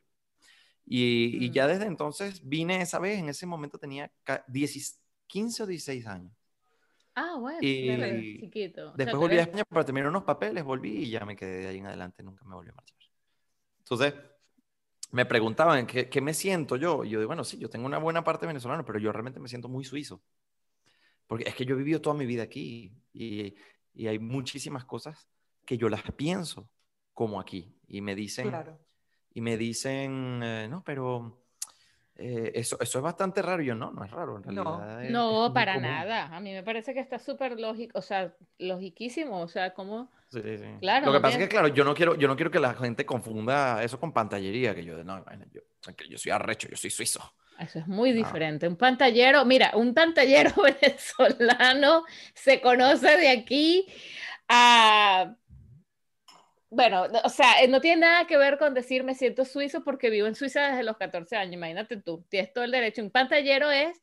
Y ya desde entonces vine esa vez, en ese momento tenía 15 o 16 años. Ah, bueno, Bebé. Y chiquito. O sea, después tú volví a eres... España para terminar unos papeles, volví y ya me quedé de ahí en adelante, nunca me volví a marchar. Entonces, me preguntaban, ¿qué me siento yo? Y yo digo, bueno, sí, yo tengo una buena parte venezolana, pero yo realmente me siento muy suizo. Porque es que yo he vivido toda mi vida aquí y hay muchísimas cosas que yo las pienso como aquí. Claro. Y me dicen no, pero eso es bastante raro. Y yo, no es raro, en No. realidad es No, muy para común. nada. A mí me parece que está súper lógico, o sea, logiquísimo. O sea, como, Sí, sí. claro, Lo que no pasa es que, tienes... claro, yo no quiero que la gente confunda eso con pantallería, que yo, no, bueno, que yo soy arrecho, yo soy suizo. Eso es muy No. diferente. Un pantallero, mira, un pantallero venezolano se conoce de aquí a... Bueno, o sea, no tiene nada que ver con decir me siento suizo porque vivo en Suiza desde los 14 años. Imagínate tú, tienes todo el derecho. Un pantallero es,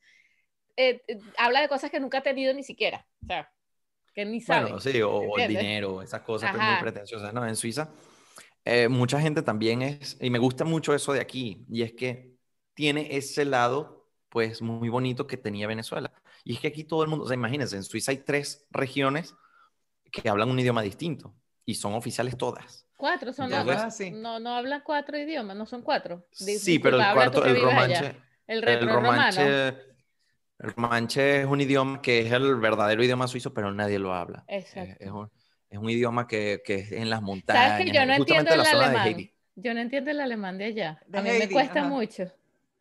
habla de cosas que nunca ha tenido ni siquiera, o sea, que ni Bueno, sabe, sí, o el ¿entiendes? dinero, esas cosas muy Ajá, pretenciosas, ¿no? En Suiza, mucha gente también es, y me gusta mucho eso de aquí, y es que tiene ese lado, pues, muy bonito que tenía Venezuela. Y es que aquí todo el mundo, o sea, imagínense, en Suiza hay 3 regiones que hablan un idioma distinto, y son oficiales todas. cuatro son Ya los, no es Entonces, así. no hablan 4 idiomas, no son 4. sí, pero el Disculpa, habla tú cuarto, que vives allá. El el retro-romano. romanche, el romanche es un idioma que es el verdadero idioma suizo, pero nadie lo habla. Exacto. Es un idioma que es en las ¿Sabes que montañas, yo no entiendo justamente en la el zona de alemán? Heidi. Yo no entiendo el alemán de allá. De A mí me Heidi, cuesta ajá. mucho.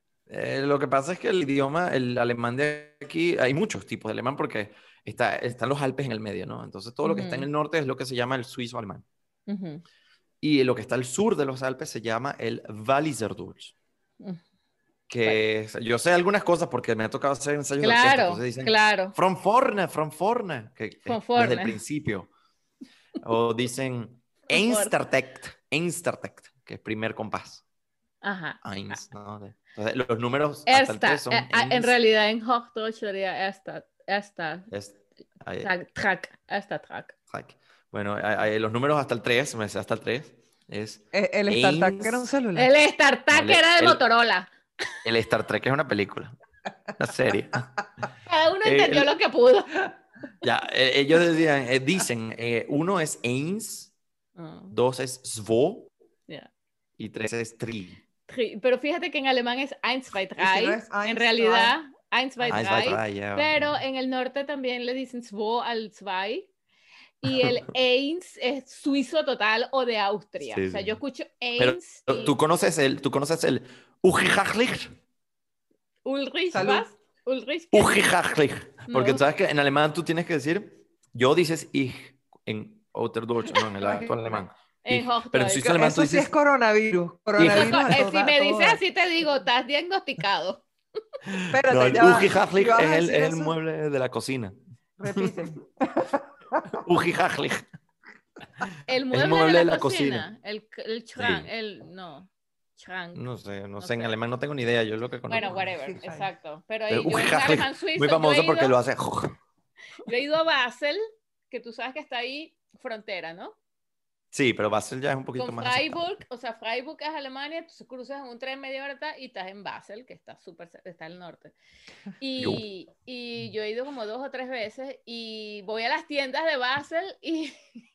Lo que pasa es que el idioma, el alemán de aquí, hay muchos tipos de alemán porque están los Alpes en el medio, ¿no? Entonces todo lo que está en Ujú, el norte es lo que se llama el suizo alemán. ujú. Y lo que está al sur de los Alpes se llama el Walliserdeutsch. Mm. Bueno, Yo sé algunas cosas porque me ha tocado hacer ensayos de orquesta, claro, entonces dicen claro. from vorne, que es desde el Conforme. principio. O dicen Conforme. Einstärtakt, que es primer compás. Ajá. Eins, ¿no? Entonces, los números hasta el 3 Ersta. son En Eins. realidad en Hochdeutsch sería esta Es, ahí- track, esta track. Hack. Bueno, los números hasta el 3, me sé hasta el 3, es El StarTAC era un Eins. celular. El No, StarTAC era de Motorola. el Star Trek es una película, una serie. Cada uno Eh, entendió el- lo que pudo. ya, ellos dicen, uno es Eins, Ah, 2 es Zwo ya. y 3 es Tri. Pero fíjate que en alemán es eins, zwei, Y si no drei. es En Eins, realidad, eins, zwei, Eins, zwei, drei. drei, ja. Pero en el norte también le dicen zwei al zwei. Y el eins es suizo total o de Austria. Sí, O sea, sí. yo escucho Pero eins tú y conoces el Ujihachlich. Ulrich, Salud. ¿was? Ulrich, ¿qué? Ujihachlich. Porque No. sabes que en alemán tú tienes que decir, yo dices ich en Otterdeutsch, no, en el actual alemán. En Ich. Pero en Hochdeutsch. suizo alemán tú Eso sí es dices coronavirus. No, Coronavirus a si me todo dices dar. así, te digo, estás diagnosticado. no, Espérate, el ya va. Ujihachlich Si vas es a el, decir es el eso, mueble de la cocina. repite. Ujihachlich. El El mueble de la cocina. El Schrank, Sí. no. Schrank. No sé, No en sé. alemán no tengo ni idea, yo lo que conozco. Bueno, whatever, Sí, exacto. Pero Pero yo en Ujihachlich, alemán suizo, muy famoso porque lo hace. yo he ido a Basel, que tú sabes que está ahí frontera, ¿no? Sí, pero Basel ya es un poquito Con más aceptable. Freiburg, o sea, Freiburg es Alemania, entonces cruzas en un tren media hora y estás en Basel, que está está al norte. Yo. Y yo he ido como 2 o 3 veces y voy a las tiendas de Basel y,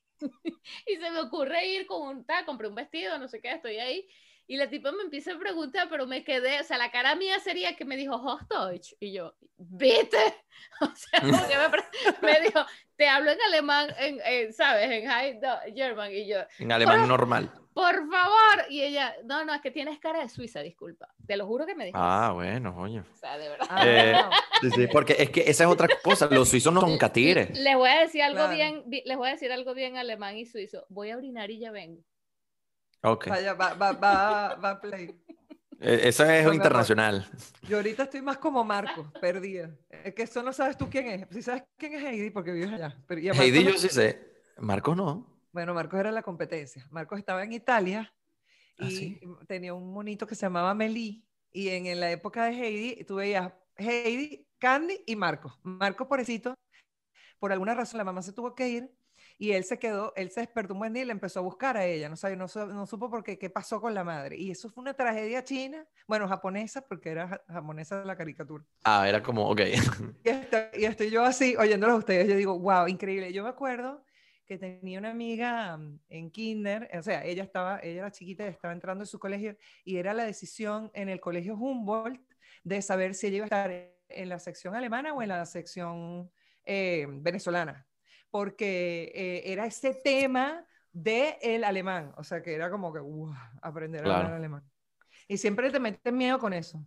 y se me ocurre ir compré un vestido, no sé qué, estoy ahí. Y la tipa me empieza a preguntar, pero me quedé, o sea, la cara mía sería que me dijo Hochdeutsch. Y yo, ¿viste? O sea, como que me dijo, te hablo en alemán, ¿sabes? En High German. Y yo, En alemán normal. por favor. Y ella, no, es que tienes cara de Suiza, disculpa. Te lo juro que me dijo Ah, eso. bueno, oye. O sea, de verdad. Sí, porque es que esa es otra cosa. Los suizos no son catires. Les voy a decir algo Claro. les voy a decir algo bien alemán y suizo. Voy a orinar y ya vengo. Ok. Vaya, va a play. Eso es No, mi internacional. Yo ahorita estoy más como Marco, perdida. Es que eso no sabes tú quién es. Si sabes quién es Heidi, porque vives allá. Pero, y a Heidi, Marcos yo sí sé. Marcos no. Bueno, Marcos era la competencia. Marcos estaba en Italia ¿Ah, y sí? tenía un monito que se llamaba Meli. Y en la época de Heidi, tú veías Heidi, Candy y Marcos. Marcos, pobrecito, por alguna razón la mamá se tuvo que ir y él se quedó, él se despertó un buen día y le empezó a buscar a ella, no sabía, no supo por qué pasó con la madre. Y eso fue una tragedia china, bueno, japonesa, porque era japonesa la caricatura. Ah, era como, ok. Y estoy yo así, oyéndolos a ustedes, yo digo, wow, increíble. Yo me acuerdo que tenía una amiga en kinder, o sea, ella era chiquita, estaba entrando en su colegio y era la decisión en el colegio Humboldt de saber si ella iba a estar en la sección alemana o en la sección venezolana, porque era ese tema del alemán, o sea, que era como que, aprender a hablar Claro. alemán. Y siempre te metes miedo con eso.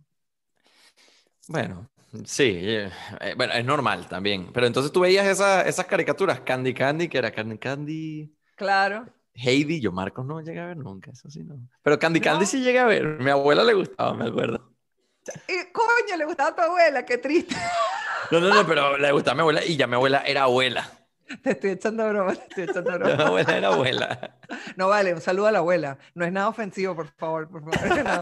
Bueno, sí. Bueno, es normal también. Pero entonces tú veías esas caricaturas. Candy Candy, que era Candy Candy. Claro. Heidi, yo Marcos no llegué a ver nunca, eso sí no. Pero Candy Candy No. sí llegué a ver. Mi abuela le gustaba, me acuerdo. Y, coño, le gustaba a tu abuela, qué triste. No, pero le gustaba a mi abuela y ya mi abuela era abuela. Te estoy echando broma, te estoy echando Ya broma. mi abuela era abuela. No vale, un saludo a la abuela. No es nada ofensivo, por favor, por favor. No.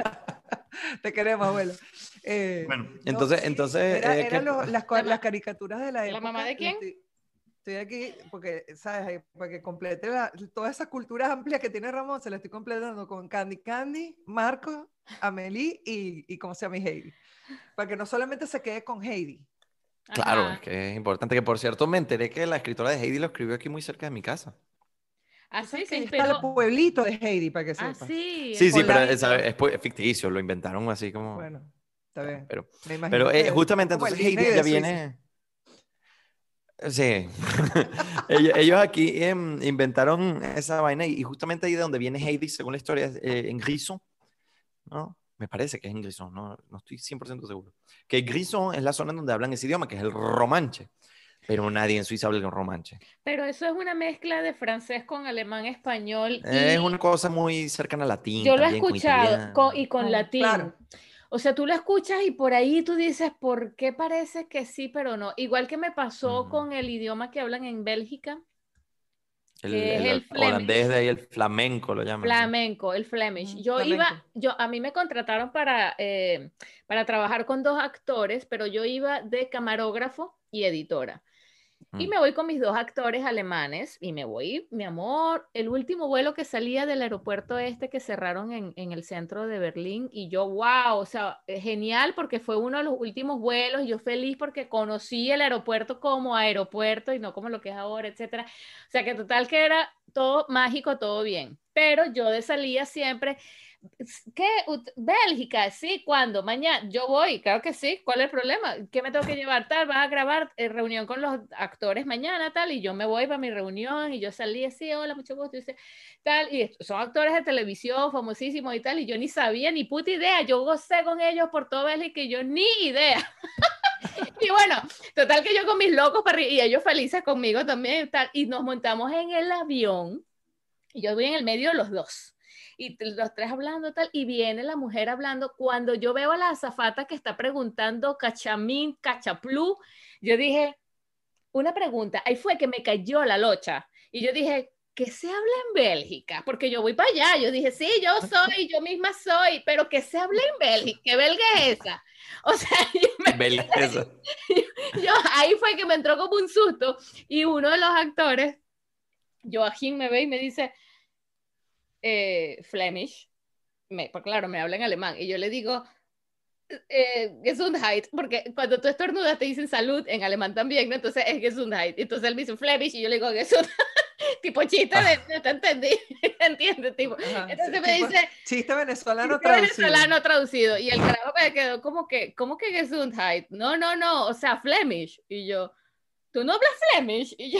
Te queremos, abuela. Bueno, No, entonces, sí, entonces, eran las caricaturas de la ¿La época. mamá de quién? Estoy aquí porque, ¿sabes? Para que complete toda esa cultura amplia que tiene Ramón, se la estoy completando con Candy Candy, Marco, Amelie y ¿cómo se llama? Heidi. Para que no solamente se quede con Heidi. claro, Ajá. es que es importante que, por cierto, me enteré que la escritora de Heidi lo escribió aquí muy cerca de mi casa. Así ¿Sabes se que ahí está el inspiró. pueblito de Heidi, para que Ah, sepas? sí. Sí, sí, pero Poladito. es ficticio, lo inventaron así como... Bueno, está bien. Pero, Me imagino pero que justamente como el entonces Heidi Disney ya de Suiza. viene... Sí, ellos aquí inventaron esa vaina y justamente ahí de donde viene Heidi, según la historia, en Grison, ¿no? Me parece que es en Grison, no estoy 100% seguro. Que Grison es la zona en donde hablan ese idioma, que es el romanche, pero nadie en Suiza habla el romanche. Pero eso es una mezcla de francés con alemán, español Es y una cosa muy cercana al latín yo lo he también, con escuchado italiano. y con latín. Claro. O sea, tú lo escuchas y por ahí tú dices, ¿por qué parece que sí, pero no? Igual que me pasó con el idioma que hablan en Bélgica, que es el holandés Flemish. de ahí, el flamenco lo llaman. ¿Sí? Flamenco, el Flemish. Flamenco. A mí me contrataron para trabajar con 2 actores, pero yo iba de camarógrafo y editora. Y me voy con mis 2 actores alemanes y me voy, mi amor, el último vuelo que salía del aeropuerto que cerraron en el centro de Berlín y yo, wow, o sea, genial porque fue uno de los últimos vuelos, yo feliz porque conocí el aeropuerto como aeropuerto y no como lo que es ahora, etcétera. O sea, que total que era todo mágico, todo bien. Pero yo de salida siempre... ¿Qué? Bélgica, sí, ¿cuándo? Mañana. Yo voy, claro que sí. ¿Cuál es el problema? ¿Qué me tengo que llevar? Tal, vas a grabar reunión con los actores mañana, tal, y yo me voy para mi reunión y yo salí así, hola, mucho gusto, y dice, tal, y son actores de televisión famosísimos y tal, y yo ni sabía, ni puta idea, yo gocé con ellos por todo Bélgica y yo ni idea. Y bueno, total que yo con mis locos y ellos felices conmigo también, tal, y nos montamos en el avión, y yo voy en el medio de los dos. Y los 3 hablando tal, y viene la mujer hablando, cuando yo veo a la azafata que está preguntando cachamín, cachaplú, yo dije, una pregunta, ahí fue que me cayó la locha, y yo dije, ¿qué se habla en Bélgica? Porque yo voy para allá, yo dije, sí, yo misma soy, pero ¿qué se habla en Bélgica? ¿Qué belga es esa? O sea, yo ahí fue que me entró como un susto, y uno de los actores Joachim me ve y me dice, Flemish, pues claro, me habla en alemán, y yo le digo, Gesundheit, porque cuando tú estornudas te dicen salud en alemán también, ¿no? Entonces es Gesundheit, entonces él me dice Flemish y yo le digo Gesundheit, tipo chiste de te entendí, ¿entiendes? Tipo, Ajá, entonces me tipo, dice chiste venezolano chiste traducido. venezolano traducido, y el carajo me quedó como que Gesundheit, no, o sea, Flemish, y yo, ¿tú no hablas Flemish? Y yo,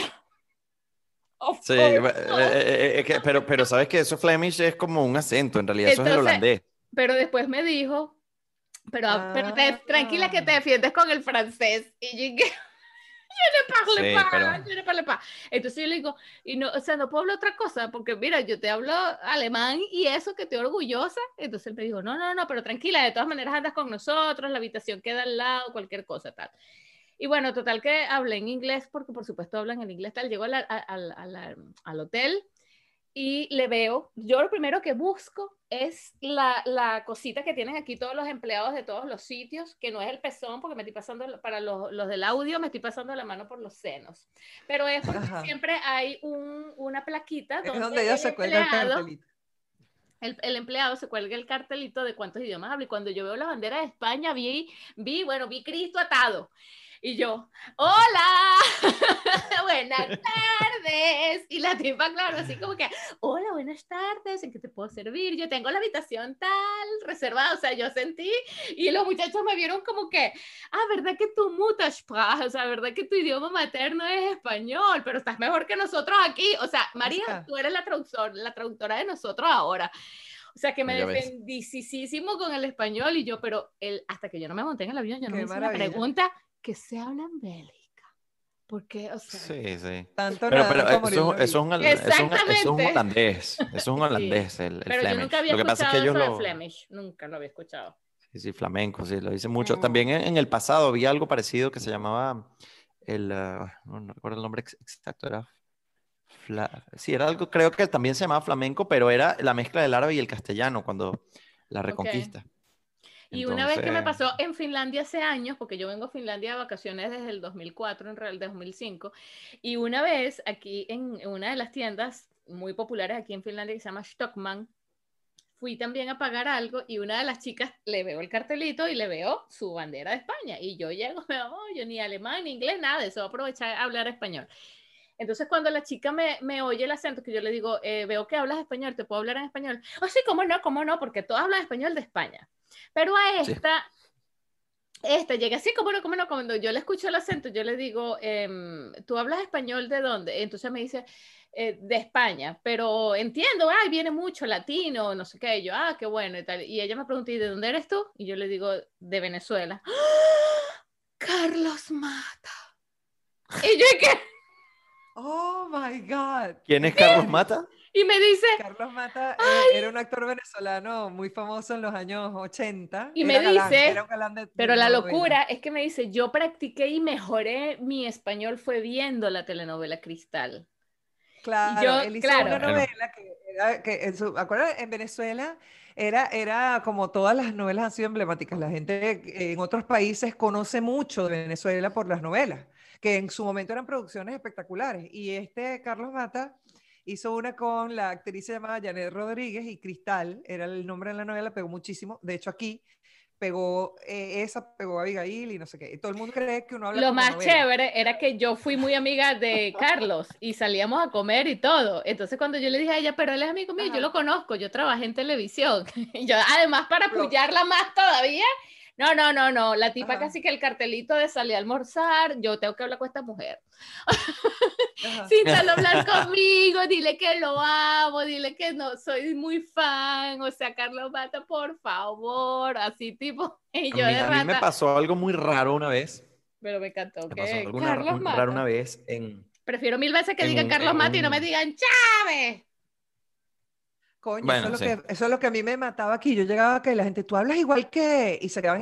of Sí, course no. pero sabes que eso Flemish es como un acento, en realidad eso es el Entonces, holandés. pero después me dijo, pero tranquila que te defiendes con el francés, y yo dije, Sí, pero yo ne parle pas. Entonces yo le digo, y no, o sea, no puedo hablar otra cosa, porque mira, yo te hablo alemán y eso, que estoy orgullosa. Entonces él me dijo, no, pero tranquila, de todas maneras andas con nosotros, la habitación queda al lado, cualquier cosa, tal. Y bueno, total que hablé en inglés, porque por supuesto hablan en inglés, tal. Llego al hotel y le veo, yo lo primero que busco es la cosita que tienen aquí todos los empleados de todos los sitios, que no es el pezón, porque me estoy pasando, para los del audio, me estoy pasando la mano por los senos, pero es porque Ajá. siempre hay una plaquita Es donde donde ella se cuelga el cartelito. el empleado se cuelga el cartelito de cuántos idiomas habla, y cuando yo veo la bandera de España vi Cristo atado. Y yo, hola, buenas tardes. Y la tipa, claro, así como que, hola, buenas tardes, ¿en qué te puedo servir? Yo tengo la habitación tal, reservada, o sea, yo sentí, y los muchachos me vieron como que, ¿verdad que tu Muttersprache, o sea, verdad que tu idioma materno es español, pero estás mejor que nosotros aquí? O sea, María, tú eres la traductora de nosotros ahora. O sea, que me defendicísimo con el español, y yo, pero hasta que yo no me monté en el avión, yo no me hice la pregunta que se habla en Bélgica. ¿Por qué? O sea, sí. Tanto Pero nada como eso es un holandés. Eso es un holandés, sí. el Pero Flemish. yo nunca había Lo que pasa es que escuchado ellos eso de Flemish. Nunca lo había escuchado. Sí, flamenco, sí, lo dicen mucho. También en el pasado había algo parecido que se llamaba no recuerdo el nombre exacto, sí, era algo, creo que también se llamaba flamenco, pero era la mezcla del árabe y el castellano cuando la reconquista. Okay. Y una vez que me pasó en Finlandia hace años, porque yo vengo a Finlandia de vacaciones desde el 2004, en realidad 2005, y una vez aquí en una de las tiendas muy populares aquí en Finlandia que se llama Stockmann, fui también a pagar algo y una de las chicas le veo el cartelito y le veo su bandera de España, y yo llego, yo ni alemán ni inglés, nada de eso, voy a aprovechar a hablar español. Entonces cuando la chica me oye el acento, que yo le digo, veo que hablas español, ¿te puedo hablar en español? Oh, sí, cómo no, porque todos hablan español de España. Pero a esta llega así, cómo no, cuando yo le escucho el acento, yo le digo, ¿tú hablas español de dónde? Entonces me dice, de España, pero entiendo, viene mucho latino, no sé qué, y yo, qué bueno, y tal. Y ella me pregunta, ¿y de dónde eres tú? Y yo le digo, de Venezuela. ¡Ah! Carlos Mata. Y yo, ¿qué? Oh my God. ¿Quién es Carlos Mata? Y me dice, Carlos Mata era un actor venezolano muy famoso en los años 80. Y era me galán, dice, era un galán de pero la novela. locura es que me dice, yo practiqué y mejoré mi español fue viendo la telenovela Cristal. Claro, Y yo, él hizo una novela ¿acuerdas? En Venezuela era como todas las novelas han sido emblemáticas. La gente en otros países conoce mucho de Venezuela por las novelas, que en su momento eran producciones espectaculares. Y Carlos Mata hizo una con la actriz llamada Janet Rodríguez, y Cristal era el nombre de la novela, pegó muchísimo. De hecho, aquí pegó pegó a Abigail y no sé qué. Y todo el mundo cree que uno habla lo como más novela. chévere era que yo fui muy amiga de Carlos y salíamos a comer y todo. Entonces cuando yo le dije a ella, pero él es amigo mío, yo lo conozco, yo trabajé en televisión. Y yo, además, para apoyarla más todavía, no, la tipa casi que el cartelito de salir a almorzar, yo tengo que hablar con esta mujer. Sin tal hablar conmigo, dile que lo amo, dile que no, soy muy fan, o sea, Carlos Mata, por favor, así tipo, y yo de A mí me rata. pasó algo muy raro una vez. Pero me encantó, Me pasó algo Carlos muy raro Mata. una vez Prefiero mil veces que digan Carlos Mata y no me digan Chávez. Coño, Bueno, eso es lo que a mí me mataba aquí. Yo llegaba que la gente, tú hablas igual que, y se quedaban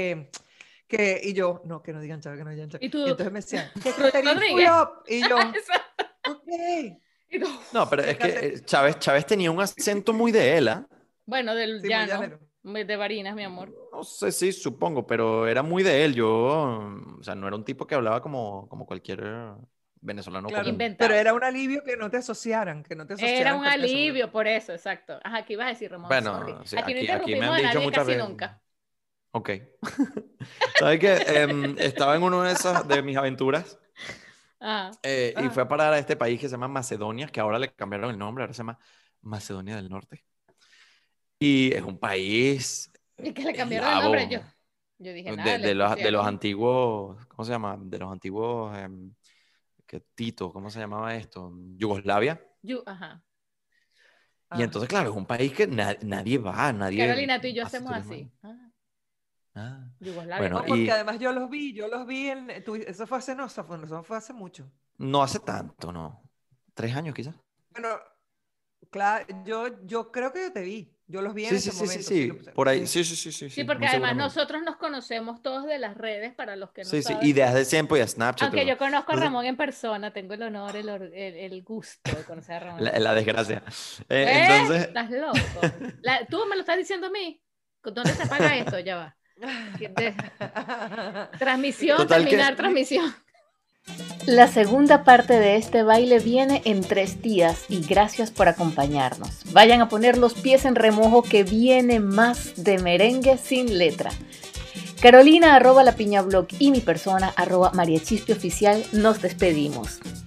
y yo, no, que no digan Chávez, que no digan Chávez. Y tú, entonces me decían, que Rudy Catherine Rodríguez. Fulop. Y yo, ok. Y tú, no, pero es que Chávez tenía un acento muy de él, ¿ah? Bueno, del Sí, muy llano, llanero. de Barinas, mi amor. No sé, sí, supongo, pero era muy de él. O sea, no era un tipo que hablaba como cualquier venezolano Claro, común. Inventado. pero era un alivio que no te asociaran, que no te asociaran Era un con el venezolano. alivio, por eso, exacto. Ajá, ¿qué ibas a decir, Ramón? Bueno, Sorry. sí, Aquí no aquí me interrumpimos han a dicho nadie muchas casi veces. nunca. Ok. ¿Sabes qué? Estaba en una de mis aventuras Ah, y fue a parar a este país que se llama Macedonia, que ahora le cambiaron el nombre, ahora se llama Macedonia del Norte. Y es un país y que le cambiaron el eslavo, nombre. Yo dije, nada, le de los pusieron. antiguos, ¿cómo se llama? De los antiguos, Tito, ¿cómo se llamaba esto? Yugoslavia. Ajá. Y entonces, claro, es un país que nadie va, nadie Carolina, tú y yo hace hacemos turismo. así. Ah. Yugoslavia, Bueno, por ahí. Porque y además yo los vi eso fue hace, no, eso fue hace mucho. no hace tanto, ¿no? 3 años quizás. Bueno, claro, yo creo que yo te vi. Yo los vi en Sí, ese momento. sí. Por ahí, sí. Sí, porque muy además seguramente. nosotros nos conocemos todos de las redes, para los que no Sí, saben. y de hace tiempo y a Snapchat. Aunque todo. yo conozco a Entonces, Ramón en persona, tengo el honor, el gusto de conocer a Ramón. en la persona. desgracia. Entonces, ¿Estás loco? ¿Tú me lo estás diciendo a mí? ¿Dónde se apaga esto? Ya va. Transmisión, Total terminar que- transmisión. La segunda parte de este baile viene en 3 días y gracias por acompañarnos. Vayan a poner los pies en remojo que viene más de merengue sin letra. Carolina @lapiñablog y mi persona @mariachispioficial nos despedimos.